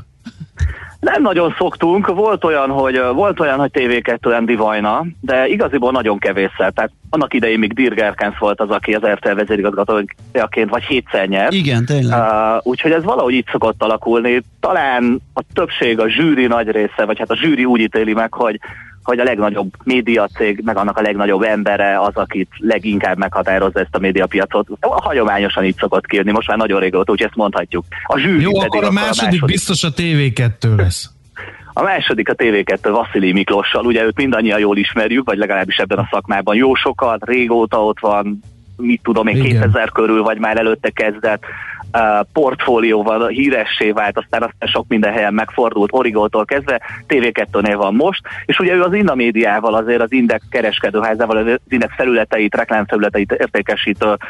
S8: Nem nagyon szoktunk, volt olyan, hogy volt olyan, hogy té vé kettő Andy Vajna, de igaziból nagyon kevésszer. Tehát annak idején még Dirk Erkens volt az, aki az er té el vezérigazgatójaként vagy hétszer nyert.
S5: Igen, tényleg.
S8: Uh, úgyhogy ez valahogy így szokott alakulni. Talán a többség, a zsűri nagy része, vagy hát a zsűri úgy ítéli meg, hogy hogy a legnagyobb médiacég, meg annak a legnagyobb embere az, akit leginkább meghatározza ezt a médiapiacot. Hagyományosan így szokott kijönni, most már nagyon régóta, úgyhogy ezt mondhatjuk. A zsűri
S6: Jó,
S8: pedig
S6: akkor a második, a második biztos a té vé kettő lesz.
S8: A második a té vé kettő Vasszili Miklóssal, ugye őt mindannyian jól ismerjük, vagy legalábbis ebben a szakmában jó sokat, régóta ott van, mit tudom én, kétezer körül, vagy már előtte kezdett. Uh, portfólióval híressé vált, aztán aztán sok minden helyen megfordult, Origótól kezdve, té vé kettőnél van most, és ugye ő az Inna médiával, azért az Index kereskedőházával, az Index felületeit, reklámfelületeit értékesítő uh,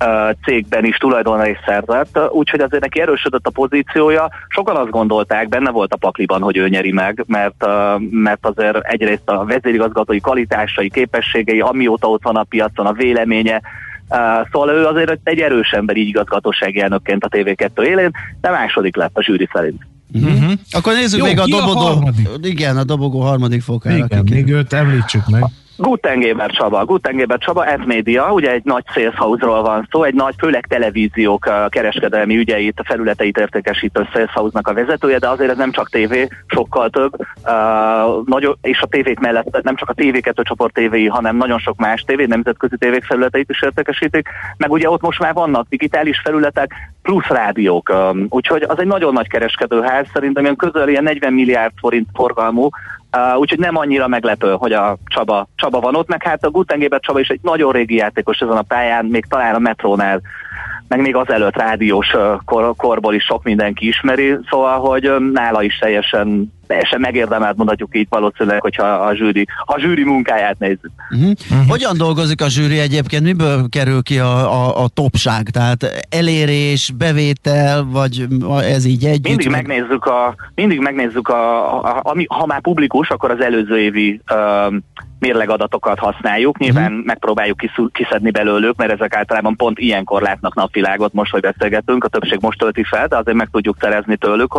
S8: cégben is tulajdonrészt szerzett, úgyhogy azért neki erősödött a pozíciója. Sokan azt gondolták, benne volt a pakliban, hogy ő nyeri meg, mert, uh, mert azért egyrészt a vezérigazgatói kvalitásai, képességei, amióta ott van a piacon, a véleménye. Uh, szóval ő azért egy erős ember így igazgatósági elnökként a té vé kettő élén, de második lett a zsűri szerint.
S5: Uh-huh. Akkor nézzük
S6: Jó,
S5: még a
S6: ki a
S5: dobogó.
S6: harmadik?
S5: Igen, a dobogó harmadik fokára.
S6: Igen, még őt említsük meg.
S8: Gutengeber Csaba, Gutengeber Csaba, Admedia, ugye egy nagy sales house-ról van szó, egy nagy, főleg televíziók uh, kereskedelmi ügyeit, a felületeit értékesítő sales house-nak a vezetője, de azért ez nem csak tévé, sokkal több, uh, nagyon, és a tévék mellett nem csak a té vé kettő csoport tévéi, hanem nagyon sok más tévé, nemzetközi tévék felületeit is értékesítik, meg ugye ott most már vannak digitális felületek, plusz rádiók, um, úgyhogy az egy nagyon nagy kereskedőház, szerintem ilyen közel ilyen negyven milliárd forint forgalmú. Uh, úgyhogy nem annyira meglepő, hogy a Csaba, Csaba van ott, meg hát a Gutengeber Csaba is egy nagyon régi játékos ezen a pályán, még talán a Metrónál, meg még azelőtt rádiós uh, kor, korból is sok mindenki ismeri, szóval, hogy um, nála is teljesen, teljesen megérdemelt, mondhatjuk így valószínűleg, hogyha a zsűri, a zsűri munkáját nézzük.
S5: Uh-huh. Uh-huh. Hogyan dolgozik a zsűri egyébként? Miből kerül ki a, a, a topság? Tehát elérés, bevétel, vagy ez így együtt?
S8: Mindig megnézzük a, mindig megnézzük a, a, a ami, ha már publikus, akkor az előző évi uh, mérlegadatokat használjuk. Nyilván uh-huh. megpróbáljuk kisz, kiszedni belőlük, mert ezek általában pont ilyenkor látnak napvilágot, most, hogy beszélgetünk, a többség most tölti fel, de azért meg tudjuk szerezni tőlük. Uh,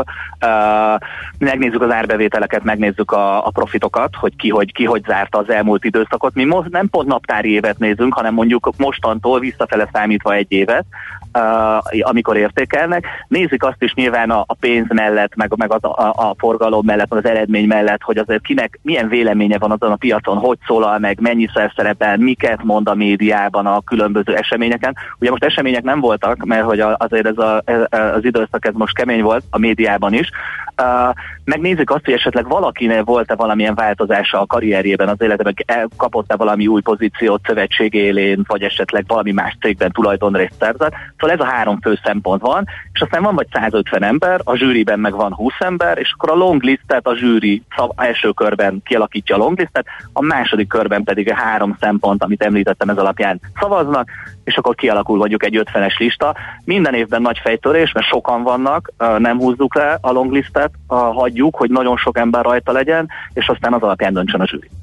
S8: megnézzük az árbevételeket, megnézzük a, a profitokat, hogy ki hogy, ki hogy zárta az elmúlt időszakot. Mi most nem pont naptári évet nézünk, hanem mondjuk mostantól visszafele számítva egy évet, uh, amikor értékelnek. Nézik azt is nyilván a, a pénz mellett, meg, meg az, a, a forgalom mellett, meg az eredmény mellett, hogy azért kinek milyen véleménye van azon a piacon, hogy szólal meg, mennyiszer szerepel, miket mond a médiában a különböző eseményeken. Ugye most események nem voltak, mert hogy azért ez a, az időszak ez most kemény volt a médiában is. Uh, megnézzük azt, hogy esetleg valakinek volt-e valamilyen változása a karrierjében, az életében, kapott-e valami új pozíciót szövetség élén, vagy esetleg valami más cégben tulajdonrészt szerzett. Szóval ez a három fő szempont van, és aztán van vagy százötven ember, a zsűriben meg van húsz ember, és akkor a longlistet a zsűri első körben kialakítja a longlistet, a második körben pedig a három szempont, amit említettem, ez alapján szavaznak, és akkor kialakul mondjuk egy ötvenes lista. Minden évben nagy fejtörés, mert sokan vannak, nem húzzuk le a longlistet, hagyjuk, hogy nagyon sok ember rajta legyen, és aztán az alapján döntsön a zsűri.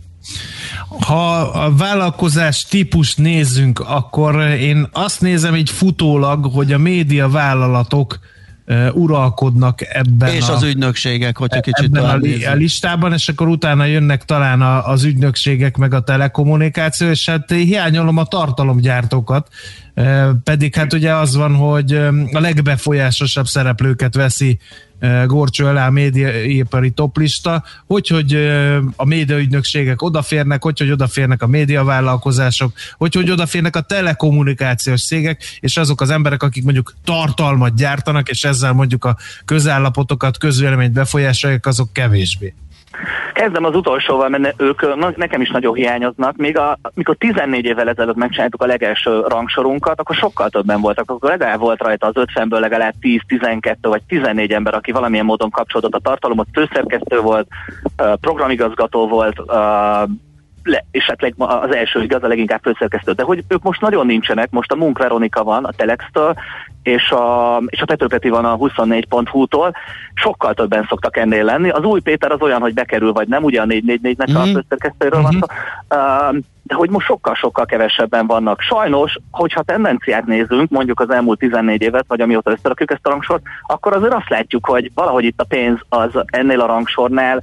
S6: Ha a vállalkozás típust nézzünk, akkor én azt nézem így futólag, hogy a média vállalatok uh, uralkodnak ebben
S5: és
S6: a,
S5: az ügynökségek, hogyha kicsit
S6: ebben a,
S5: nézzük.
S6: a listában, és akkor utána jönnek talán a, az ügynökségek meg a telekommunikáció, és hát hiányolom a tartalomgyártókat, uh, pedig hát ugye az van, hogy a legbefolyásosabb szereplőket veszi górcső alá a médiaipari toplista, hogy, hogy a médiaügynökségek odaférnek, hogy, hogy odaférnek a médiavállalkozások, hogy, hogy odaférnek a telekommunikációs cégek, és azok az emberek, akik mondjuk tartalmat gyártanak, és ezzel mondjuk a közállapotokat, közvéleményt befolyásolják, azok kevésbé.
S8: Kezdem az utolsóval, mert ők nekem is nagyon hiányoznak. Még a, mikor tizennégy évvel ezelőtt megcsináltuk a legelső rangsorunkat, akkor sokkal többen voltak. Akkor legalább volt rajta az ötvenből legalább tíz, tizenkettő vagy tizennégy ember, aki valamilyen módon kapcsolódott a tartalomot. Főszerkesztő volt, programigazgató volt, Le, és hát az első igaz, a leginkább főszerkesztő, de hogy ők most nagyon nincsenek, most a Munk Veronika van a Telextől, és a, és a Pető Peti van a huszonnégy pont hu-tól, sokkal többen szoktak ennél lenni. Az Új Péter az olyan, hogy bekerül vagy nem, ugye a négy négy négynek mm-hmm. a főszerkesztőről mm-hmm. van szó, uh, de hogy most sokkal-sokkal kevesebben vannak. Sajnos, hogyha tendenciát nézünk, mondjuk az elmúlt tizennégy évet, vagy amióta összerakjuk ezt a rangsort, akkor azért azt látjuk, hogy valahogy itt a pénz az ennél a rangsornál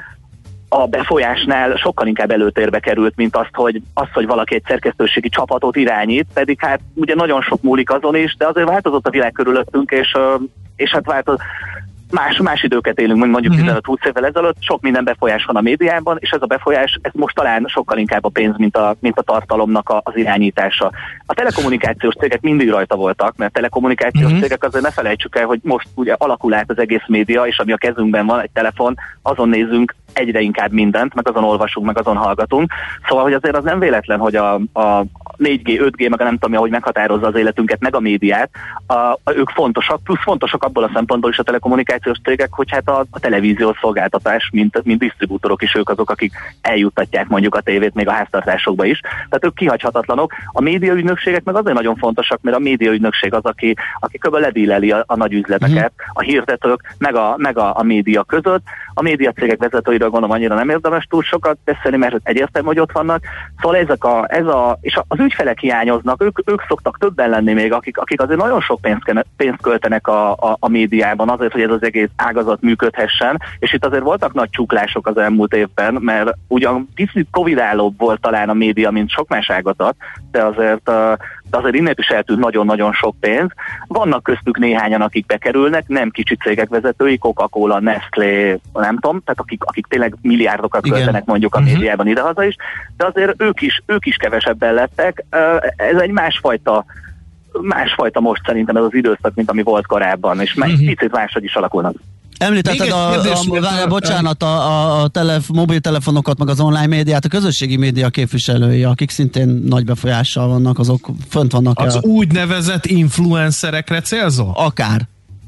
S8: a befolyásnál sokkal inkább előtérbe került, mint azt, hogy, azt, hogy valaki egy szerkesztőségi csapatot irányít, pedig hát ugye nagyon sok múlik azon is, de azért változott a világ körülöttünk, és, és hát változott. Más, más időket élünk, mondjuk uh-huh. tizenöt-húsz évvel ezelőtt, sok minden befolyás van a médiában, és ez a befolyás, ez most talán sokkal inkább a pénz, mint a, mint a tartalomnak a, az irányítása. A telekommunikációs cégek mindig rajta voltak, mert telekommunikációs uh-huh. cégek azért ne felejtsük el, hogy most ugye alakul át az egész média, és ami a kezünkben van, egy telefon, azon nézünk egyre inkább mindent, meg azon olvasunk, meg azon hallgatunk. Szóval, hogy azért az nem véletlen, hogy a, a négy G, öt G, meg a nem tudom, ahogy meghatározza az életünket, meg a médiát, a, a, ők fontosak, plusz fontosak abból a szempontból is a telekommunikációs cégek, hogy hát a, a televíziós szolgáltatás, mint, mint disztribútorok is ők azok, akik eljuttatják mondjuk a tévét még a háztartásokba is. Tehát ők kihagyhatatlanok. A médiaügynökségek meg azért nagyon fontosak, mert a médiaügynökség az, aki, aki kb. Ledíleli a, a nagy üzleteket, a hirdetők, meg a, meg a, a média között. A médiacégek vezetőiről gondolom annyira nem érdemes túl sokat beszélni, mert egyértelmű, hogy ott vannak. Szóval ezek a, ez a, és az ügyfelek hiányoznak, ők, ők szoktak többen lenni még, akik, akik azért nagyon sok pénzt, pénzt költenek a, a, a médiában azért, hogy ez az egész ágazat működhessen, és itt azért voltak nagy csuklások az elmúlt évben, mert ugyan kicsit covidálóbb volt talán a média, mint sok más ágazat, de azért, de azért innen is eltűnt nagyon-nagyon sok pénz. Vannak köztük néhányan, akik bekerülnek, nem kicsi cégek vezetői, Coca-Cola, Nestlé, nem tudom, tehát akik, akik tényleg milliárdokat
S5: Igen.
S8: költenek mondjuk a médiában idehaza is, de azért ők is, ők is kevesebben lettek. Ez egy másfajta másfajta most szerintem ez az időszak, mint ami volt korábban, és uh-huh. picit máshogy is alakulnak.
S5: Említetted a, kérdés, a, a, bocsánat, a, a, a telef, mobiltelefonokat, meg az online médiát, a közösségi média képviselői, akik szintén nagy befolyással vannak, azok fönt vannak.
S6: Az
S5: el.
S6: úgynevezett influencerekre célzol?
S5: Akár.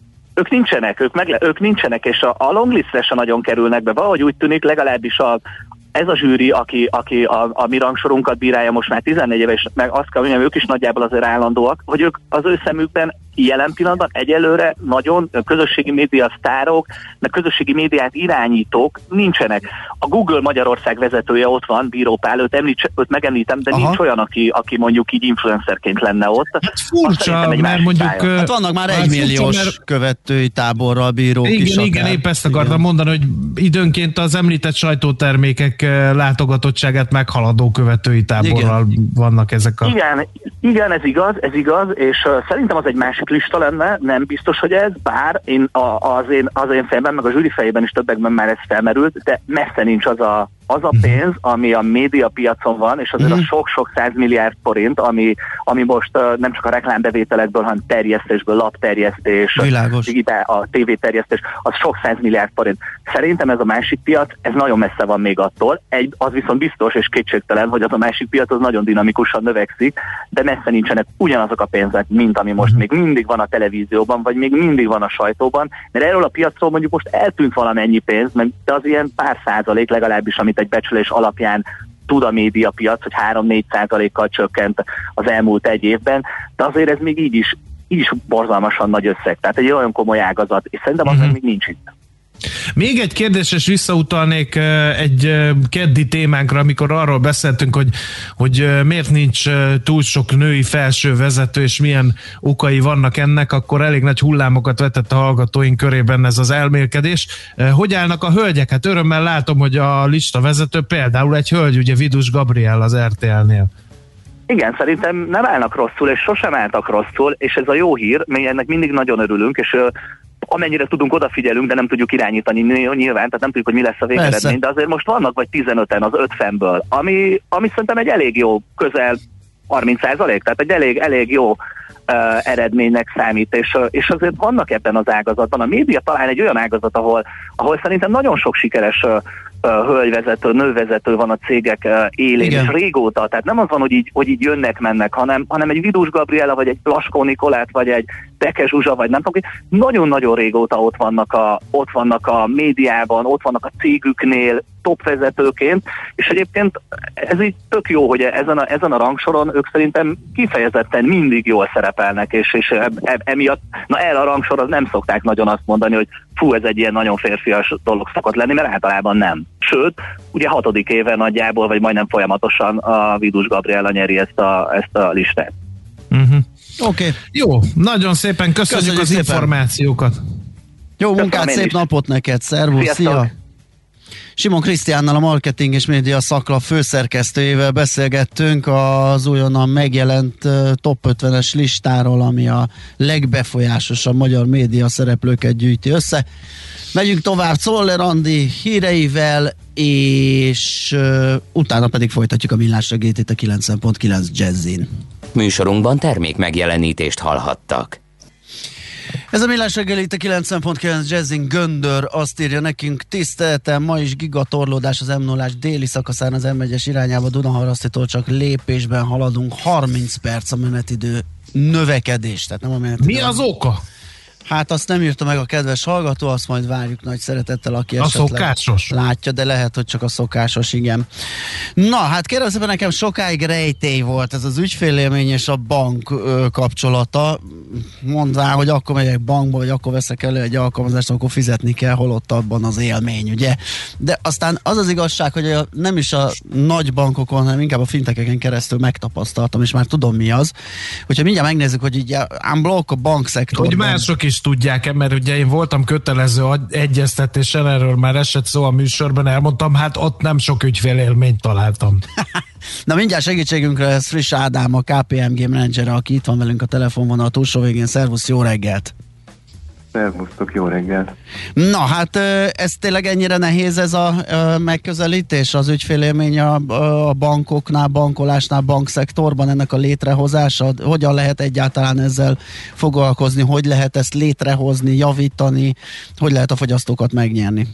S8: Ők nincsenek, ők, meg, ők nincsenek, és a, a longlistre se nagyon kerülnek be, valahogy úgy tűnik, legalábbis a ez a zsűri, aki, aki a, a mi rangsorunkat bírálja most már tizennégy éve, és meg azt kell mondjam, ők is nagyjából azért állandóak, hogy ők az ő szemükben jelen pillanatban egyelőre nagyon közösségi média sztárok, meg közösségi médiát irányítók nincsenek. A Google Magyarország vezetője ott van, Bíró Pál, őt, említs, őt megemlítem, de Aha. nincs olyan, aki, aki mondjuk így influencerként lenne ott.
S6: Hát furcsa, mert mondjuk...
S8: Pálya.
S5: Hát vannak már egymilliós mert... követői táborral bírók
S6: igen,
S5: is.
S6: Igen, igen, épp ezt akartam igen. mondani, hogy időnként az említett sajtótermékek látogatottságát meghaladó követői táborral igen. vannak ezek a...
S8: Igen, igen, ez igaz, ez igaz, és uh, szerintem az egy másik lista lenne, nem biztos, hogy ez, bár én a, az, én, az én fejemben, meg a zsűri fejében is többekben már ez felmerült, de messze nincs az a, az a pénz, ami a médiapiacon van, és azért a sok-sok százmilliárd forint, ami, ami most uh, nem csak a reklámbevételekből, hanem terjesztésből, lapterjesztés, digitál, a tévéterjesztés, az sok százmilliárd forint. Szerintem ez a másik piac, ez nagyon messze van még attól. Egy, az viszont biztos és kétségtelen, hogy az a másik piac az nagyon dinamikusan növekszik, de messze nincsenek ugyanazok a pénzek, mint ami most még mindig van a televízióban, vagy még mindig van a sajtóban, mert erről a piacról mondjuk most eltűnt valamennyi pénz, de az ilyen pár százalék legalábbis, amit egy becslés alapján tud a médiapiac, hogy három-négy százalékkal csökkent az elmúlt egy évben, de azért ez még így is, így is borzalmasan nagy összeg. Tehát egy olyan komoly ágazat, és szerintem az uh-huh. még nincs itt.
S6: Még egy kérdésre visszautalnék egy keddi témánkra, amikor arról beszéltünk, hogy, hogy miért nincs túl sok női felső vezető, és milyen okai vannak ennek, akkor elég nagy hullámokat vetett a hallgatóink körében ez az elmélkedés. Hogy állnak a hölgyek? Hát örömmel látom, hogy a lista vezető például egy hölgy, ugye Vidus Gabriel az er té el-nél.
S8: Igen, szerintem nem állnak rosszul, és sosem álltak rosszul, és ez a jó hír, mi ennek mindig nagyon örülünk, és amennyire tudunk, odafigyelünk, de nem tudjuk irányítani nyilván, tehát nem tudjuk, hogy mi lesz a végeredmény, de azért most vannak vagy tizenöten az öt fennből, ami, ami szerintem egy elég jó, közel harminc százalék, tehát egy elég, elég jó uh, eredménynek számít, és, és azért vannak ebben az ágazatban. A média talán egy olyan ágazat, ahol, ahol szerintem nagyon sok sikeres uh, hölgyvezető, nővezető van a cégek uh, élén, igen. és régóta, tehát nem az van, hogy így, hogy így jönnek-mennek, hanem, hanem egy Vidus Gabriela, vagy egy Blaskó Nikolát, vagy egy Teke Zsuzsa, vagy nem tudom, nagyon-nagyon régóta ott vannak, a, ott vannak a médiában, ott vannak a cégüknél, topvezetőként, és egyébként ez így tök jó, hogy ezen a, ezen a rangsoron ők szerintem kifejezetten mindig jól szerepelnek, és, és emiatt, na el a rangsorhoz nem szokták nagyon azt mondani, hogy fú, ez egy ilyen nagyon férfias dolog szokott lenni, mert általában nem. Sőt, ugye hatodik éve nagyjából, vagy majdnem folyamatosan a Vidus Gabriela nyeri ezt a, ezt a listát.
S6: Uh-huh.
S5: Oké. Okay.
S6: Jó, nagyon szépen köszönjük, köszönjük az szépen. információkat.
S5: Jó munkát, szép napot neked, szervusz, szia! Simon Krisztiánnal, a Marketing és Média Szaklap főszerkesztőjével beszélgettünk az újonnan megjelent top ötvenes listáról, ami a legbefolyásosabb magyar média szereplőket gyűjti össze. Megyünk tovább Czoller Andi híreivel, és uh, utána pedig folytatjuk a Millás reggelyt itt a kilencven pont kilenc Jazzin.
S1: Műsorunkban termék megjelenítést hallhattak.
S5: Ez a Millás reggel itt a kilencven pont kilenc Jazzin. Göndör azt írja nekünk: tiszteletem, ma is gigatorlódás az em nullás déli szakaszán az em egyes irányába, Dunaharasztitól csak lépésben haladunk, harminc perc a menetidő növekedés. Tehát nem a menetidő.
S6: Mi az oka?
S5: Hát azt nem írta meg a kedves hallgató, azt majd várjuk nagy szeretettel, aki
S6: a
S5: esetleg
S6: szokásos
S5: látja, de lehet, hogy csak a szokásos, igen. Na, hát kérem szépen, nekem sokáig rejtély volt ez az ügyfélélmény és a bank ö, kapcsolata. mondván, hogy akkor megyek bankba, vagy akkor veszek elő egy alkalmazást, akkor fizetni kell, holott abban az élmény, ugye? De aztán az az igazság, hogy a, nem is a nagy bankokon, hanem inkább a fintekeken keresztül megtapasztaltam, és már tudom mi az. Hogyha mindjárt megnézzük, hogy így unblock a bankszektorban.
S6: Hogy mások is tudják, mert ugye én voltam kötelező egyeztetésen, erről már esett szó a műsorban, elmondtam, hát ott nem sok ügyfélélményt találtam.
S5: Na mindjárt segítségünkre lesz Friss Ádám, a ká pé em gé menedzsere, aki itt van velünk a telefonvonal a túlsó végén. Szervusz, jó reggelt!
S9: Szervusztok, jó reggelt!
S5: Na hát ez tényleg ennyire nehéz ez a megközelítés, az ügyfélélmény a, a bankoknál, bankolásnál, bankszektorban, ennek a létrehozása? Hogyan lehet egyáltalán ezzel foglalkozni? Hogy lehet ezt létrehozni, javítani? Hogy lehet a fogyasztókat megnyerni?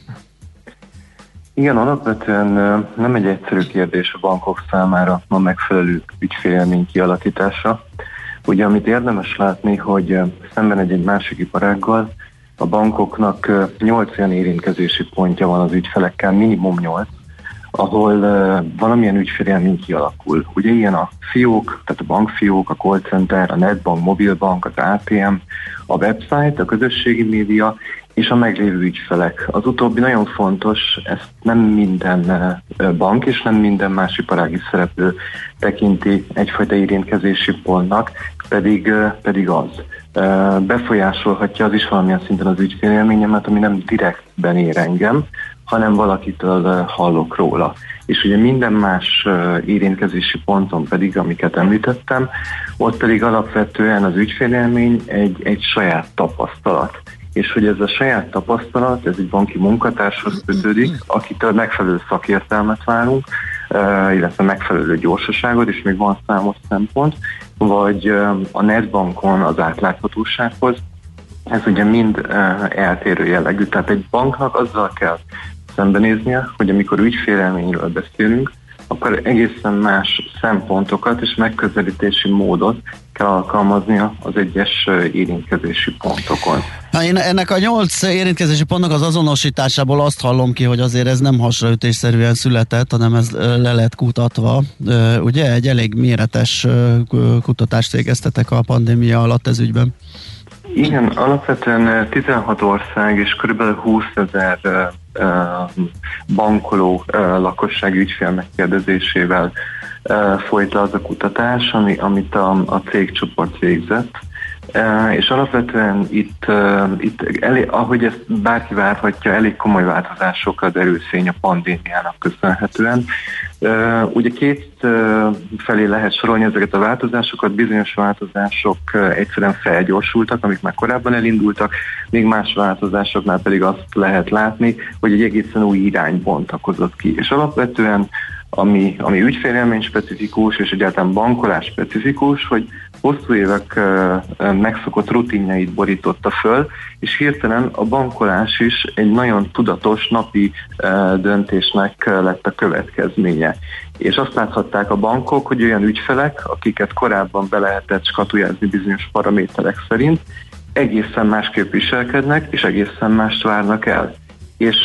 S9: Igen, alapvetően nem egy egyszerű kérdés a bankok számára a megfelelő ügyfélélmény kialakítása. Ugye, amit érdemes látni, hogy szemben egy-egy másik iparággal a bankoknak nyolc olyan érintkezési pontja van az ügyfelekkel, minimum nyolc, ahol valamilyen ügyfélélmény kialakul. Ugye ilyen a fiók, tehát a bankfiók, a call center, a netbank, mobilbank, az á té em, a website, a közösségi média, és a meglévő ügyfelek. Az utóbbi nagyon fontos, ezt nem minden bank és nem minden más iparági szereplő tekinti egyfajta érintkezési pontnak, pedig, pedig az. Befolyásolhatja az is valamilyen szinten az ügyfélélményemet, ami nem direktben ér engem, hanem valakitől hallok róla. És ugye minden más érintkezési ponton pedig, amiket említettem, ott pedig alapvetően az ügyfélélmény egy, egy saját tapasztalat. És hogy ez a saját tapasztalat, ez egy banki munkatárshoz kötődik, akitől megfelelő szakértelmet várunk, illetve megfelelő gyorsaságot, és még van számos szempont, vagy a netbankon az átláthatósághoz. Ez ugye mind eltérő jellegű. Tehát egy banknak azzal kell szembenéznie, hogy amikor ügyfélélményről beszélünk, akkor egészen más szempontokat és megközelítési módot kell alkalmaznia az egyes érintkezési pontokon.
S5: Na, én ennek a nyolc érintkezési pontnak az azonosításából azt hallom ki, hogy azért ez nem hasraütésszerűen született, hanem ez le lett kutatva. Ugye egy elég méretes kutatást végeztetek a pandémia alatt ez ügyben.
S9: Igen, alapvetően tizenhat ország és kb. húszezer bankoló lakossági ügyfél megkérdezésével folyt le az a kutatás, ami, amit a, a cégcsoport végzett. Uh, és alapvetően itt, uh, itt elég, ahogy ezt bárki várhatja, elég komoly változásokra derült fény a pandémiának köszönhetően. Uh, ugye két uh, felé lehet sorolni ezeket a változásokat, bizonyos változások uh, egyszerűen felgyorsultak, amik már korábban elindultak, még más változásoknál pedig azt lehet látni, hogy egy egészen új irány bontakozott ki. És alapvetően ami, ami ügyfélélmény specifikus, és egyáltalán bankolás specifikus, hogy hosszú évek uh, megszokott rutinjait borította föl, és hirtelen a bankolás is egy nagyon tudatos napi uh, döntésnek uh, lett a következménye. És azt láthatták a bankok, hogy olyan ügyfelek, akiket korábban be lehetett skatujázni bizonyos paraméterek szerint, egészen másképp viselkednek, és egészen mást várnak el. És,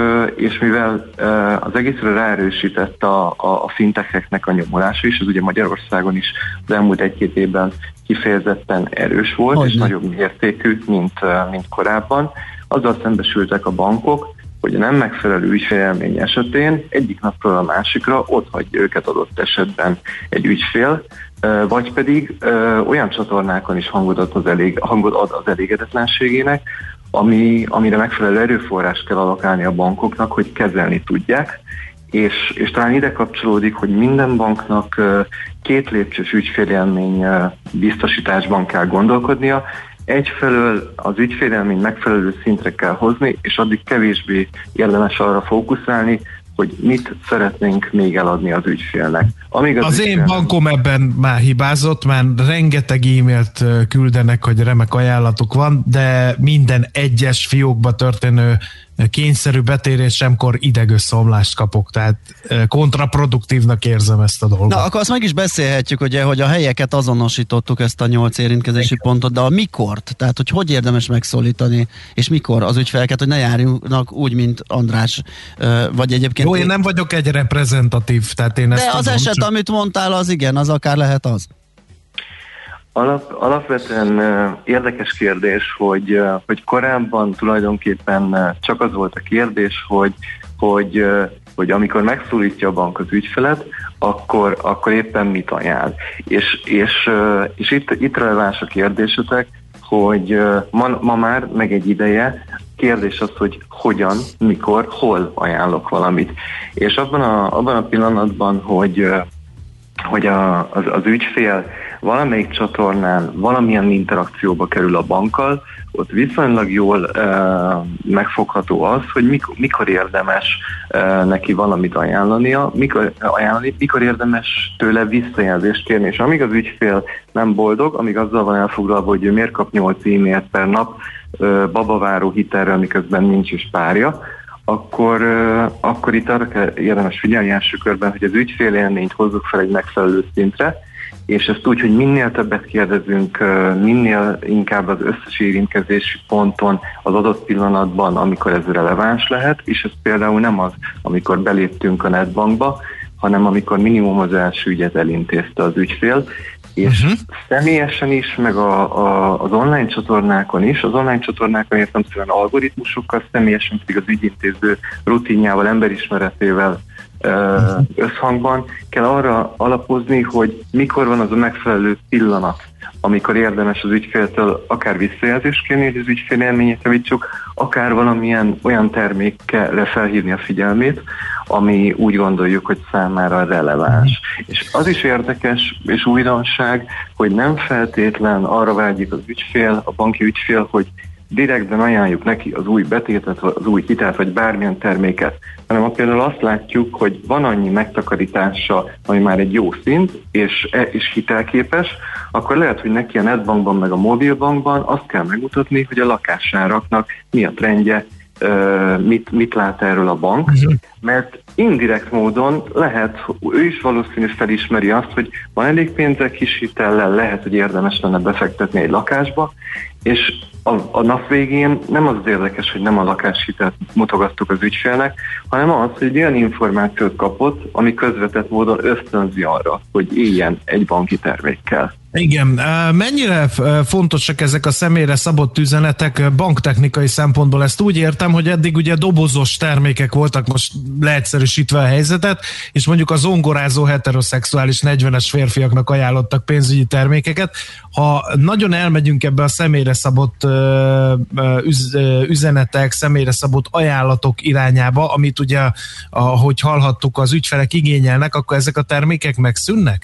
S9: és mivel az egészre ráerősített a, a, a fintecheknek a nyomulása is, ez ugye Magyarországon is az elmúlt egy-két évben kifejezetten erős volt, Hogyne. és nagyobb mértékű, mint, mint korábban, azzal szembesültek a bankok, hogy a nem megfelelő ügyfélélmény esetén egyik napról a másikra ott hagyja őket adott esetben egy ügyfél, vagy pedig olyan csatornákon is hangot ad az, elég, hangot ad az elégedetlenségének, Ami, amire megfelelő erőforrást kell allokálni a bankoknak, hogy kezelni tudják, és, és talán ide kapcsolódik, hogy minden banknak két lépcsős ügyfélélmény biztosításban kell gondolkodnia. Egyfelől az ügyfélélmény megfelelő szintre kell hozni, és addig kevésbé érdemes arra fókuszálni, hogy mit szeretnénk még eladni az ügyfélnek. Amíg az,
S6: az ügyfélnek... én bankom ebben már hibázott, már rengeteg e-mailt küldenek, hogy remek ajánlatuk van, de minden egyes fiókba történő kényszerű betérésemkor idegösszomlást kapok, tehát kontraproduktívnak érzem ezt a dolgot.
S5: Na, akkor azt meg is beszélhetjük, ugye, hogy a helyeket azonosítottuk, ezt a nyolc érintkezési pontot, de a mikort, tehát hogy hogy érdemes megszólítani, és mikor az ügyfeleket, hogy ne járjunk úgy, mint András, vagy egyébként...
S6: Jó, én nem vagyok egy reprezentatív, tehát én
S5: de
S6: ezt
S5: az
S6: tudom,
S5: eset,
S6: csak...
S5: amit mondtál, az igen, az akár lehet az.
S9: Alap, alapvetően uh, érdekes kérdés, hogy, uh, hogy korábban tulajdonképpen uh, csak az volt a kérdés, hogy, hogy, uh, hogy amikor megszólítja a bank az ügyfelet, akkor, akkor éppen mit ajánl. És, és, uh, és itt, itt releváns a kérdésetek, hogy uh, ma, ma már, meg egy ideje, kérdés az, hogy hogyan, mikor, hol ajánlok valamit. És abban a, abban a pillanatban, hogy, uh, hogy a, az, az ügyfél valamelyik csatornán valamilyen interakcióba kerül a bankkal, ott viszonylag jól uh, megfogható az, hogy mikor, mikor érdemes uh, neki valamit ajánlania, mikor, ajánlani, mikor érdemes tőle visszajelzést kérni. És amíg az ügyfél nem boldog, amíg azzal van elfoglalva, hogy ő miért kap nyolc e-mailt per nap uh, babaváró hitelről, miközben nincs is párja, akkor, uh, akkor itt arra kell érdemes figyelni első körben, hogy az ügyfélélményt hozzuk fel egy megfelelő szintre, és ezt úgy, hogy minél többet kérdezünk, minél inkább az összes érintkezési ponton az adott pillanatban, amikor ez releváns lehet, és ez például nem az, amikor beléptünk a netbankba, hanem amikor minimum az első ügyet elintézte az ügyfél, és uh-huh. személyesen is, meg a, a, az online csatornákon is, az online csatornákon értelemszerűen algoritmusokkal, személyesen pedig az ügyintéző rutinjával, emberismeretével összhangban kell arra alapozni, hogy mikor van az a megfelelő pillanat, amikor érdemes az ügyféltől akár visszajelzést kérni, hogy az ügyfél élményét javítsuk, akár valamilyen olyan termékre felhívni a figyelmét, ami úgy gondoljuk, hogy számára releváns. És az is érdekes és újdonság, hogy nem feltétlen arra vágyik az ügyfél, a banki ügyfél, hogy direktben ajánljuk neki az új betétet, az új hitelt, vagy bármilyen terméket, hanem ha például azt látjuk, hogy van annyi megtakarítása, ami már egy jó szint, és, és hitelképes, akkor lehet, hogy neki a netbankban, meg a mobilbankban azt kell megmutatni, hogy a lakásáraknak mi a trendje, mit, mit lát erről a bank, mert indirekt módon lehet, ő is valószínű felismeri azt, hogy van elég pénze kis hitellel, lehet, hogy érdemes lenne befektetni egy lakásba, és a, a nap végén nem az, az érdekes, hogy nem a lakáshitelt mutogattuk az ügyfélnek, hanem az, hogy olyan információt kapott, ami közvetett módon ösztönzi arra, hogy éljen egy banki termékkel.
S6: Igen, mennyire fontosak ezek a személyre szabott üzenetek banktechnikai szempontból? Ezt úgy értem, hogy eddig ugye dobozos termékek voltak, most leegyszerűsítve a helyzetet, és mondjuk a zongorázó heteroszexuális negyvenes férfiaknak ajánlottak pénzügyi termékeket. Ha nagyon elmegyünk ebbe a személyre szabott üzenetek, személyre szabott ajánlatok irányába, amit ugye, ahogy hallhattuk, az ügyfelek igényelnek, akkor ezek a termékek megszűnnek?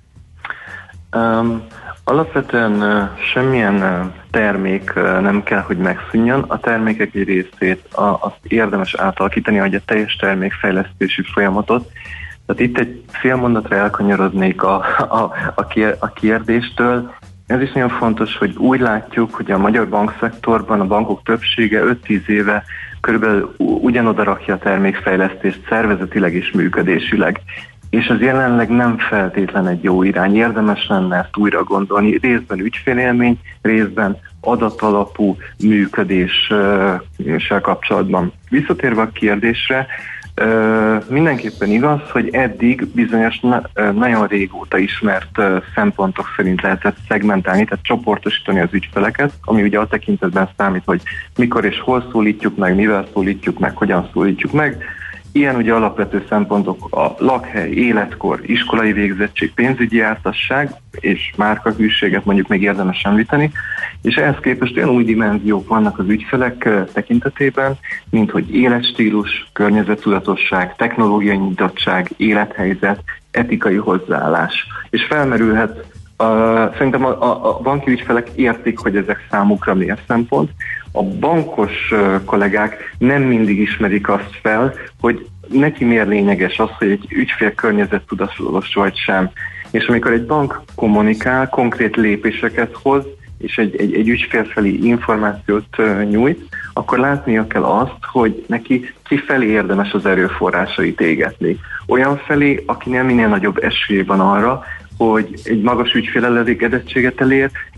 S9: Um, alapvetően uh, semmilyen uh, termék uh, nem kell, hogy megszűnjön. A termékek egy részét a, azt érdemes átalakítani, hogy a teljes termékfejlesztési folyamatot. Tehát itt egy fél mondatra elkanyarodnék a, a, a, kér, a kérdéstől. Ez is nagyon fontos, hogy úgy látjuk, hogy a magyar bankszektorban a bankok többsége öt-tíz éve körülbelül ugyanoda rakja a termékfejlesztést szervezetileg és működésileg. És ez jelenleg nem feltétlen egy jó irány. Érdemes lenne ezt újra gondolni. Részben ügyfélélmény, részben adatalapú működéssel kapcsolatban. Visszatérve a kérdésre, mindenképpen igaz, hogy eddig bizonyos nagyon régóta ismert szempontok szerint lehetett szegmentálni, tehát csoportosítani az ügyfeleket, ami ugye a tekintetben számít, hogy mikor és hol szólítjuk meg, mivel szólítjuk meg, hogyan szólítjuk meg. Ilyen ugye alapvető szempontok a lakhely, életkor, iskolai végzettség, pénzügyi jártasság és márkahűséget mondjuk még érdemes említeni, és ehhez képest olyan új dimenziók vannak az ügyfelek tekintetében, mint hogy életstílus, környezettudatosság, technológiai nyitottság, élethelyzet, etikai hozzáállás. És felmerülhet, uh, szerintem a, a, a banki ügyfelek értik, hogy ezek számukra miért szempont. A bankos kollégák nem mindig ismerik azt fel, hogy neki miért lényeges az, hogy egy ügyfél környezettudatos vagy sem. És amikor egy bank kommunikál, konkrét lépéseket hoz, és egy, egy, egy ügyfél felé információt nyújt, akkor látnia kell azt, hogy neki kifelé érdemes az erőforrásait égetni. Olyan felé, akinél minél nagyobb esély van arra, hogy egy magas ügyfél elégedettséget elér,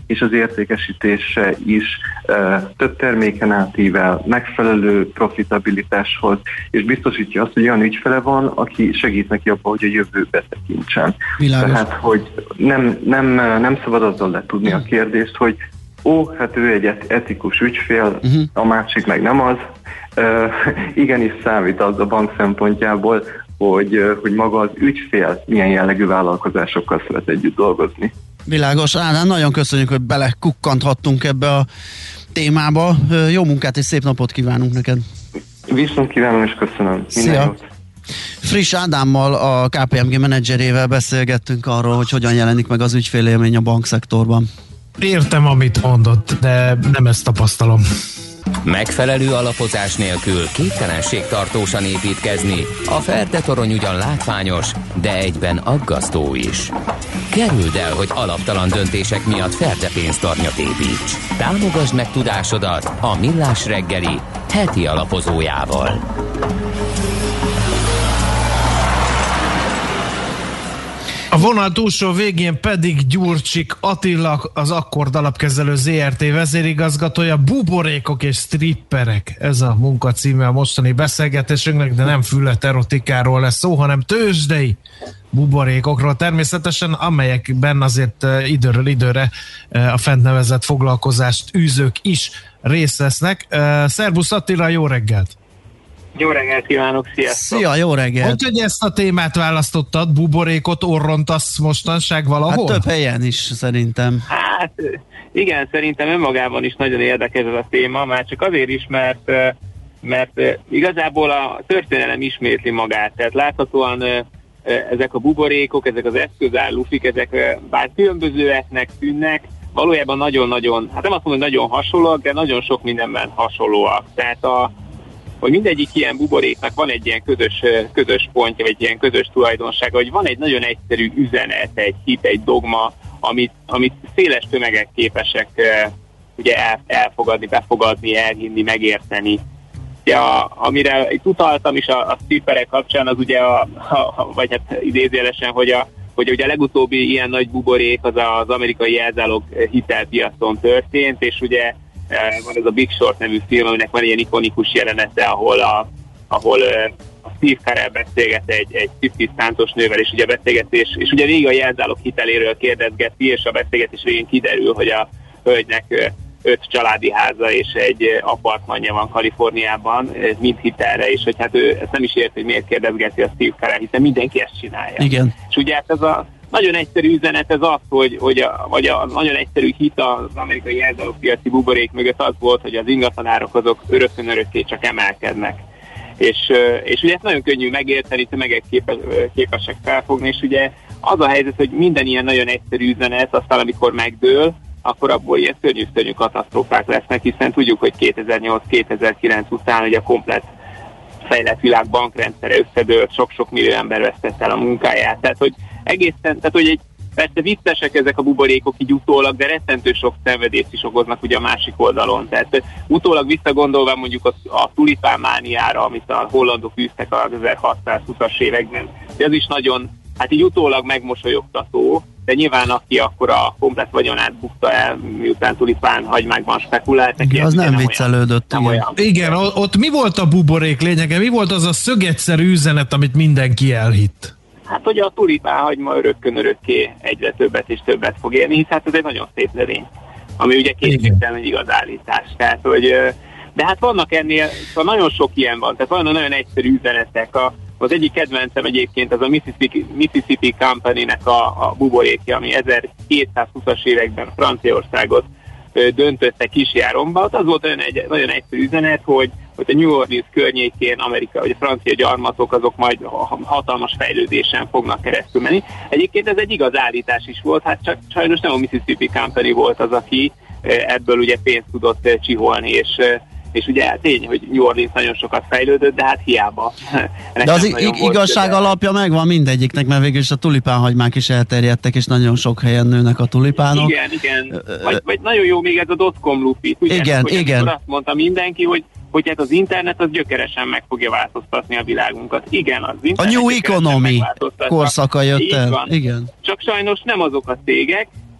S9: és az értékesítése is több terméken átível, megfelelő profitabilitáshoz, és biztosítja azt, hogy olyan ügyfele van, aki segít neki abban, hogy a jövőbe tekintsen.
S5: Világos.
S9: Tehát, hogy nem, nem, nem szabad azzal letudni a kérdést, hogy ó, hát ő egy etikus ügyfél, uh-huh. a másik meg nem az. Uh, igenis számít az a bank szempontjából, hogy, uh, hogy maga az ügyfél milyen jellegű vállalkozásokkal szeret együtt dolgozni.
S5: Világos. Ádám, nagyon köszönjük, hogy belekukkanthattunk ebbe a témába. Jó munkát és szép napot kívánunk neked.
S9: Viszont kívánom és köszönöm.
S5: Szia. Jót. Friss Ádámmal, a ká pé em gé menedzserével beszélgettünk arról, hogy hogyan jelenik meg az ügyfélélmény a bankszektorban.
S6: Értem, amit mondott, de nem ezt tapasztalom.
S1: Megfelelő alapozás nélkül képtelenség tartósan építkezni. A Ferde torony ugyan látványos, de egyben aggasztó is. Kerüld el, hogy alaptalan döntések miatt Ferde pénztarnyat építs. Támogasd meg tudásodat a Millás reggeli heti alapozójával.
S6: A vonal túlsó végén pedig Gyurcsik Attila, az Akkord Alapkezelő zé er té vezérigazgatója. Buborékok és stripperek, ez a munka címe a mostani beszélgetésünknek, de nem füllet erotikáról lesz szó, hanem tőzsdei buborékokról természetesen, amelyekben azért időről időre a fent nevezett foglalkozást űzők is részt vesznek. Szervusz Attila, jó reggelt!
S10: Jó reggelt kívánok, sziasztok!
S5: Szia, jó reggelt!
S6: Hogy, hogy ezt a témát választottad, buborékot orrontasz mostanság valahol?
S5: Hát több helyen is szerintem.
S10: Hát igen, szerintem önmagában is nagyon érdekes ez a téma, már csak azért is, mert, mert igazából a történelem ismétli magát, tehát láthatóan ezek a buborékok, ezek az eszközállufik, ezek bár különbözőeknek tűnnek, valójában nagyon-nagyon, hát nem azt mondom, hogy nagyon hasonlóak, de nagyon sok mindenben hasonlóak. Tehát a hogy mindegyik ilyen buboréknak van egy ilyen közös, közös pontja, vagy egy ilyen közös tulajdonsága, hogy van egy nagyon egyszerű üzenet, egy hit, egy dogma, amit, amit széles tömegek képesek uh, ugye el, elfogadni, befogadni, elhinni, megérteni. Ugye, a, amire itt utaltam is a, a stripperek kapcsán, az ugye, a, a, vagy hát idézőjelesen, hogy a hogy ugye a legutóbbi ilyen nagy buborék az az amerikai jelzálog hitelpiacon történt, és ugye van ez a Big Short nevű film, aminek van ilyen ikonikus jelenete, ahol a, ahol a Steve Carell beszélget egy, egy fifty-szántos nővel, és ugye a beszélgetés, és ugye végig a jelzálog hiteléről kérdezgeti, és a beszélgetés végén kiderül, hogy a hölgynek öt családi háza és egy apartmanja van Kaliforniában, mind hitelre, és hogy hát ő ezt nem is ért, hogy miért kérdezgeti a Steve Carell, hiszen mindenki ezt csinálja.
S5: Igen.
S10: És ugye hát ez a nagyon egyszerű üzenet ez az, hogy, hogy a, vagy a nagyon egyszerű hit az amerikai jelzálogpiaci buborék mögött az volt, hogy az ingatlanárok azok örökön örökké csak emelkednek. És, és ugye ezt nagyon könnyű megérteni, tömegek képes, képesek felfogni, és ugye az a helyzet, hogy minden ilyen nagyon egyszerű üzenet, aztán amikor megdől, akkor abból ilyen szörnyű-szörnyű katasztrófák lesznek, hiszen tudjuk, hogy kétezer-nyolc kétezer-kilenc után ugye a komplett fejlett világ bankrendszere összedőlt, sok-sok millió ember vesztette el a munkáját. Tehát, hogy egészen, tehát, hogy egy, persze viccesek ezek a buborékok így utólag, de rettentő sok szenvedést is okoznak ugye a másik oldalon. Tehát utólag visszagondolva mondjuk a, a tulipánmániára, amit a hollandok űztek az ezerhatszázhúszas években, de az is nagyon, hát így utólag megmosolyogtató, de nyilván aki akkor a komplet vagyonát bukta el, miután tulipán hagymákban spekulált.
S5: Igen, az nem, nem viccelődött.
S10: Olyan,
S5: igen,
S10: nem
S6: igen ott mi volt a buborék lényege? Mi volt az a szögegyszerű üzenet, amit mindenki elhitt?
S10: Hát, hogy a tulipán hagyma örökkön örökké egyre többet és többet fog élni, hisz hát ez egy nagyon szép növény, ami ugye kétségtelen egy igaz állítás. Tehát, hogy, de hát vannak ennél, szóval nagyon sok ilyen van, tehát vannak nagyon egyszerű üzenetek. A, az egyik kedvencem egyébként az a Mississippi, Mississippi Company-nek a, a buborékja, ami ezerkétszázhúszas években Franciaországot ö, döntötte kisjáromba. Az volt olyan egy, nagyon egyszerű üzenet, hogy hogy a New Orleans környékén Amerika, vagy a francia gyarmatok azok majd hatalmas fejlődésen fognak keresztül menni. Egyébként ez egy igaz állítás is volt, hát csak sajnos nem a Mississippi Company volt az, aki ebből ugye pénzt tudott csiholni, és, és ugye tény, hogy New Orleans nagyon sokat fejlődött, de hát hiába.
S5: De az ig- igazság alapja megvan mindegyiknek, mert végül is a tulipánhagymák is elterjedtek, és nagyon sok helyen nőnek a tulipánok.
S10: Igen, igen. Vagy, vagy nagyon jó még ez a dotcom lupi.
S5: Igen,
S10: hogy
S5: igen.
S10: Azt mondta mindenki, hogy hogy hát az internet az gyökeresen meg fogja változtatni a világunkat. Igen, az internet.
S5: A New Economy korszaka jött el.
S10: Igen. Csak sajnos nem azok a cégek,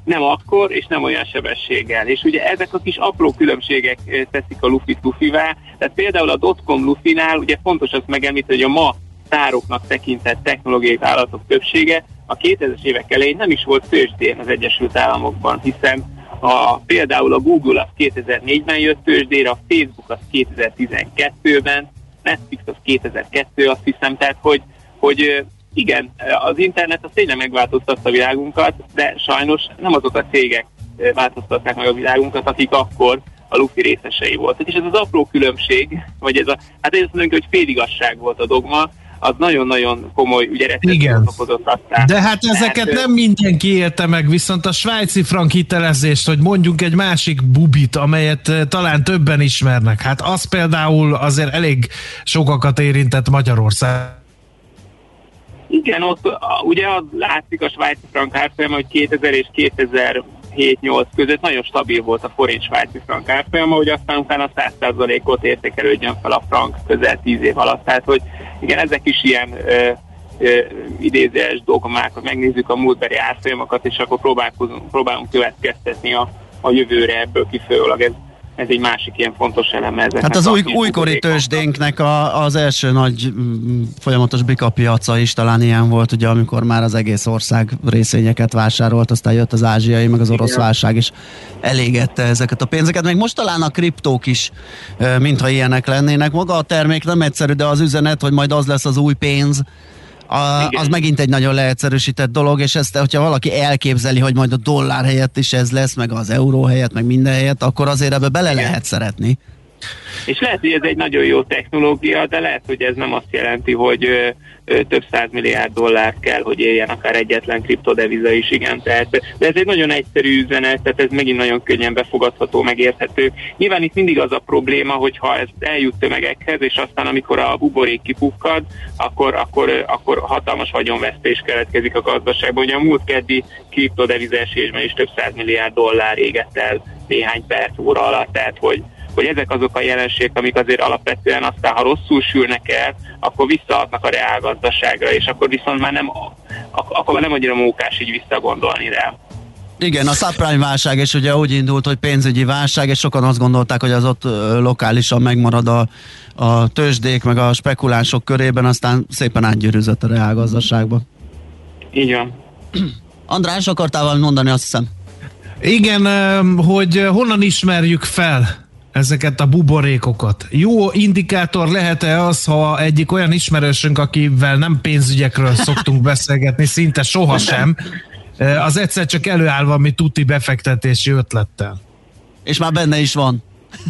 S10: nem akkor, és nem olyan sebességgel. És ugye ezek a kis apró különbségek teszik a lufit lufivá. Tehát például a dotcom lufinál ugye fontos azt megemlíteni, hogy a ma sztároknak tekintett technológiai vállalatok többsége a kétezres évek elején nem is volt tőzsdén az Egyesült Államokban, hiszen a, például a Google az kétezer-négyben jött tőzsdére, a Facebook az kétezer-tizenkettőben, Netflix az kétezer-kettő, azt hiszem, tehát hogy, hogy igen, az internet az tényleg megváltoztatta a világunkat, de sajnos nem azok a cégek változtatták meg a világunkat, akik akkor a lufi részesei voltak. És ez az apró különbség, vagy ez a, hát én azt mondom, hogy féligasság volt a dogma, az nagyon-nagyon komoly, ugye recessziót okozott aztán.
S6: De hát ezeket hát, nem mindenki érte meg, viszont a svájci frank hitelezést, hogy mondjuk egy másik bubit, amelyet talán többen ismernek, hát az például azért elég sokakat érintett Magyarország.
S10: Igen, ott ugye az látszik a svájci frank árfolyama, hogy kétezer és kétezer-hét-nyolc között nagyon stabil volt a forint svájci frank árfolyama, hogy aztán utána száz százalékot értékelődjön fel a frank közel tíz év alatt. Tehát, hogy igen, ezek is ilyen ö, ö, idézőes dogmák, hogy megnézzük a múltbeli árfolyamokat, és akkor próbálunk következtetni a, a jövőre ebből kifolyólag. Ez, ez egy másik ilyen fontos eleme.
S5: Hát az új, újkori tőzsdénknek a, az első nagy mm, folyamatos bikapiaca is talán ilyen volt, ugye, amikor már az egész ország részvényeket vásárolt, aztán jött az ázsiai, meg az orosz igen. válság is elégette ezeket a pénzeket. Még most talán a kriptók is, mintha ilyenek lennének. Maga a termék nem egyszerű, de az üzenet, hogy majd az lesz az új pénz, A, az megint egy nagyon leegyszerűsített dolog, és ezt, hogyha valaki elképzeli, hogy majd a dollár helyett is ez lesz, meg az euró helyett, meg minden helyett, akkor azért ebbe bele igen. lehet szeretni.
S10: És lehet, hogy ez egy nagyon jó technológia, de lehet, hogy ez nem azt jelenti, hogy ö, ö, több száz milliárd dollár kell, hogy éljen akár egyetlen kriptodeviza is, igen. Tehát, de ez egy nagyon egyszerű üzenet, tehát ez megint nagyon könnyen befogadható, megérthető. Nyilván itt mindig az a probléma, hogyha ez eljut tömegekhez, és aztán amikor a buborék kipukkad, akkor, akkor, akkor hatalmas vagyonvesztés keletkezik a gazdaságban. Ugye a múlt keddi kriptodeviza esésben is több száz milliárd dollár égett el néhány perc óra alatt, tehát hogy hogy ezek azok a jelenségek, amik azért alapvetően aztán, ha rosszul sülnek el, akkor visszaadnak a reálgazdaságra, és akkor viszont már nem, akkor már nem annyira mókás így visszagondolni rá.
S5: Igen, a subprime válság is ugye úgy indult, hogy pénzügyi válság, és sokan azt gondolták, hogy az ott lokálisan megmarad a, a tőzsdék, meg a spekulánsok körében, aztán szépen átgyűrűzött a reálgazdaságba.
S10: Így van.
S5: András, akartál valamit mondani, azt hiszem?
S6: Igen, hogy honnan ismerjük fel ezeket a buborékokat. Jó indikátor lehet-e az, ha egyik olyan ismerősünk, akivel nem pénzügyekről szoktunk beszélgetni, szinte sohasem, az egyszer csak előáll valami tuti befektetési ötlettel.
S5: És már benne is van.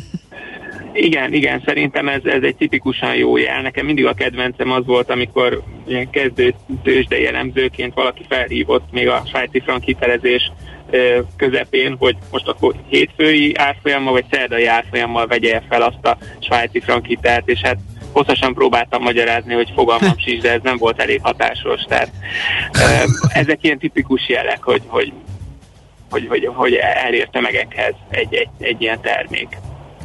S10: Igen, igen, szerintem ez, ez egy tipikusan jó jel. Nekem mindig a kedvencem az volt, amikor ilyen kezdő tőzsdei elemzőként valaki felhívott még a svájci frank hitelezés közepén, hogy most akkor hétfői árfolyammal vagy szerdai árfolyammal vegye fel azt a svájci frank hitelt, és hát hosszasan próbáltam magyarázni, hogy fogalmam sincs, de ez nem volt elég hatásos. Tehát ezek ilyen tipikus jelek, hogy, hogy, hogy, hogy, hogy elér tömegekhez egy, egy, egy ilyen termék.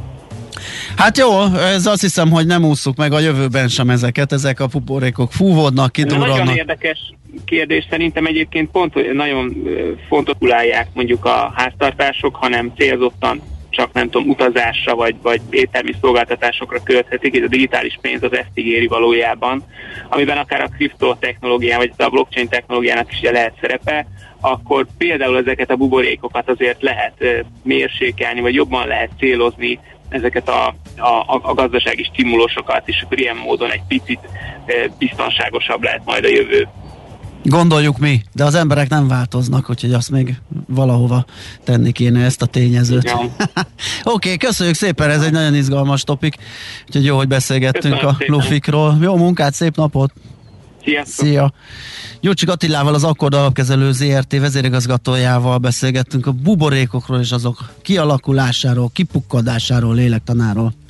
S5: Hát jó, ez azt hiszem, hogy nem ússzuk meg a jövőben sem ezeket, ezek a buborékok fúvódnak, kidurrannak.
S10: Nagyon érdekes kérdés, szerintem egyébként pont, hogy nagyon fontos kulálják mondjuk a háztartások, hanem célzottan csak nem tudom, utazásra vagy, vagy éttermi szolgáltatásokra költhetik, és a digitális pénz az ezt ígéri valójában, amiben akár a kriptotechnológián vagy a blockchain technológiának is lehet szerepe, akkor például ezeket a buborékokat azért lehet mérsékelni, vagy jobban lehet célozni ezeket a, a, a gazdasági stimulusokat, és akkor ilyen módon egy picit biztonságosabb lehet majd a jövő.
S5: Gondoljuk mi, de az emberek nem változnak, úgyhogy azt még valahova tenni kéne, ezt a tényezőt. Oké, okay, köszönjük szépen, ez egy nagyon izgalmas topik, úgyhogy jó, hogy beszélgettünk köszönöm a szépen. Lufikról. Jó munkát, szép napot!
S10: Sziasztok!
S5: Szia! Gyurcsik Attilával, az Akkord Alapkezelő zé er té vezérigazgatójával beszélgettünk a buborékokról és azok kialakulásáról, kipukkadásáról, lélektanáról.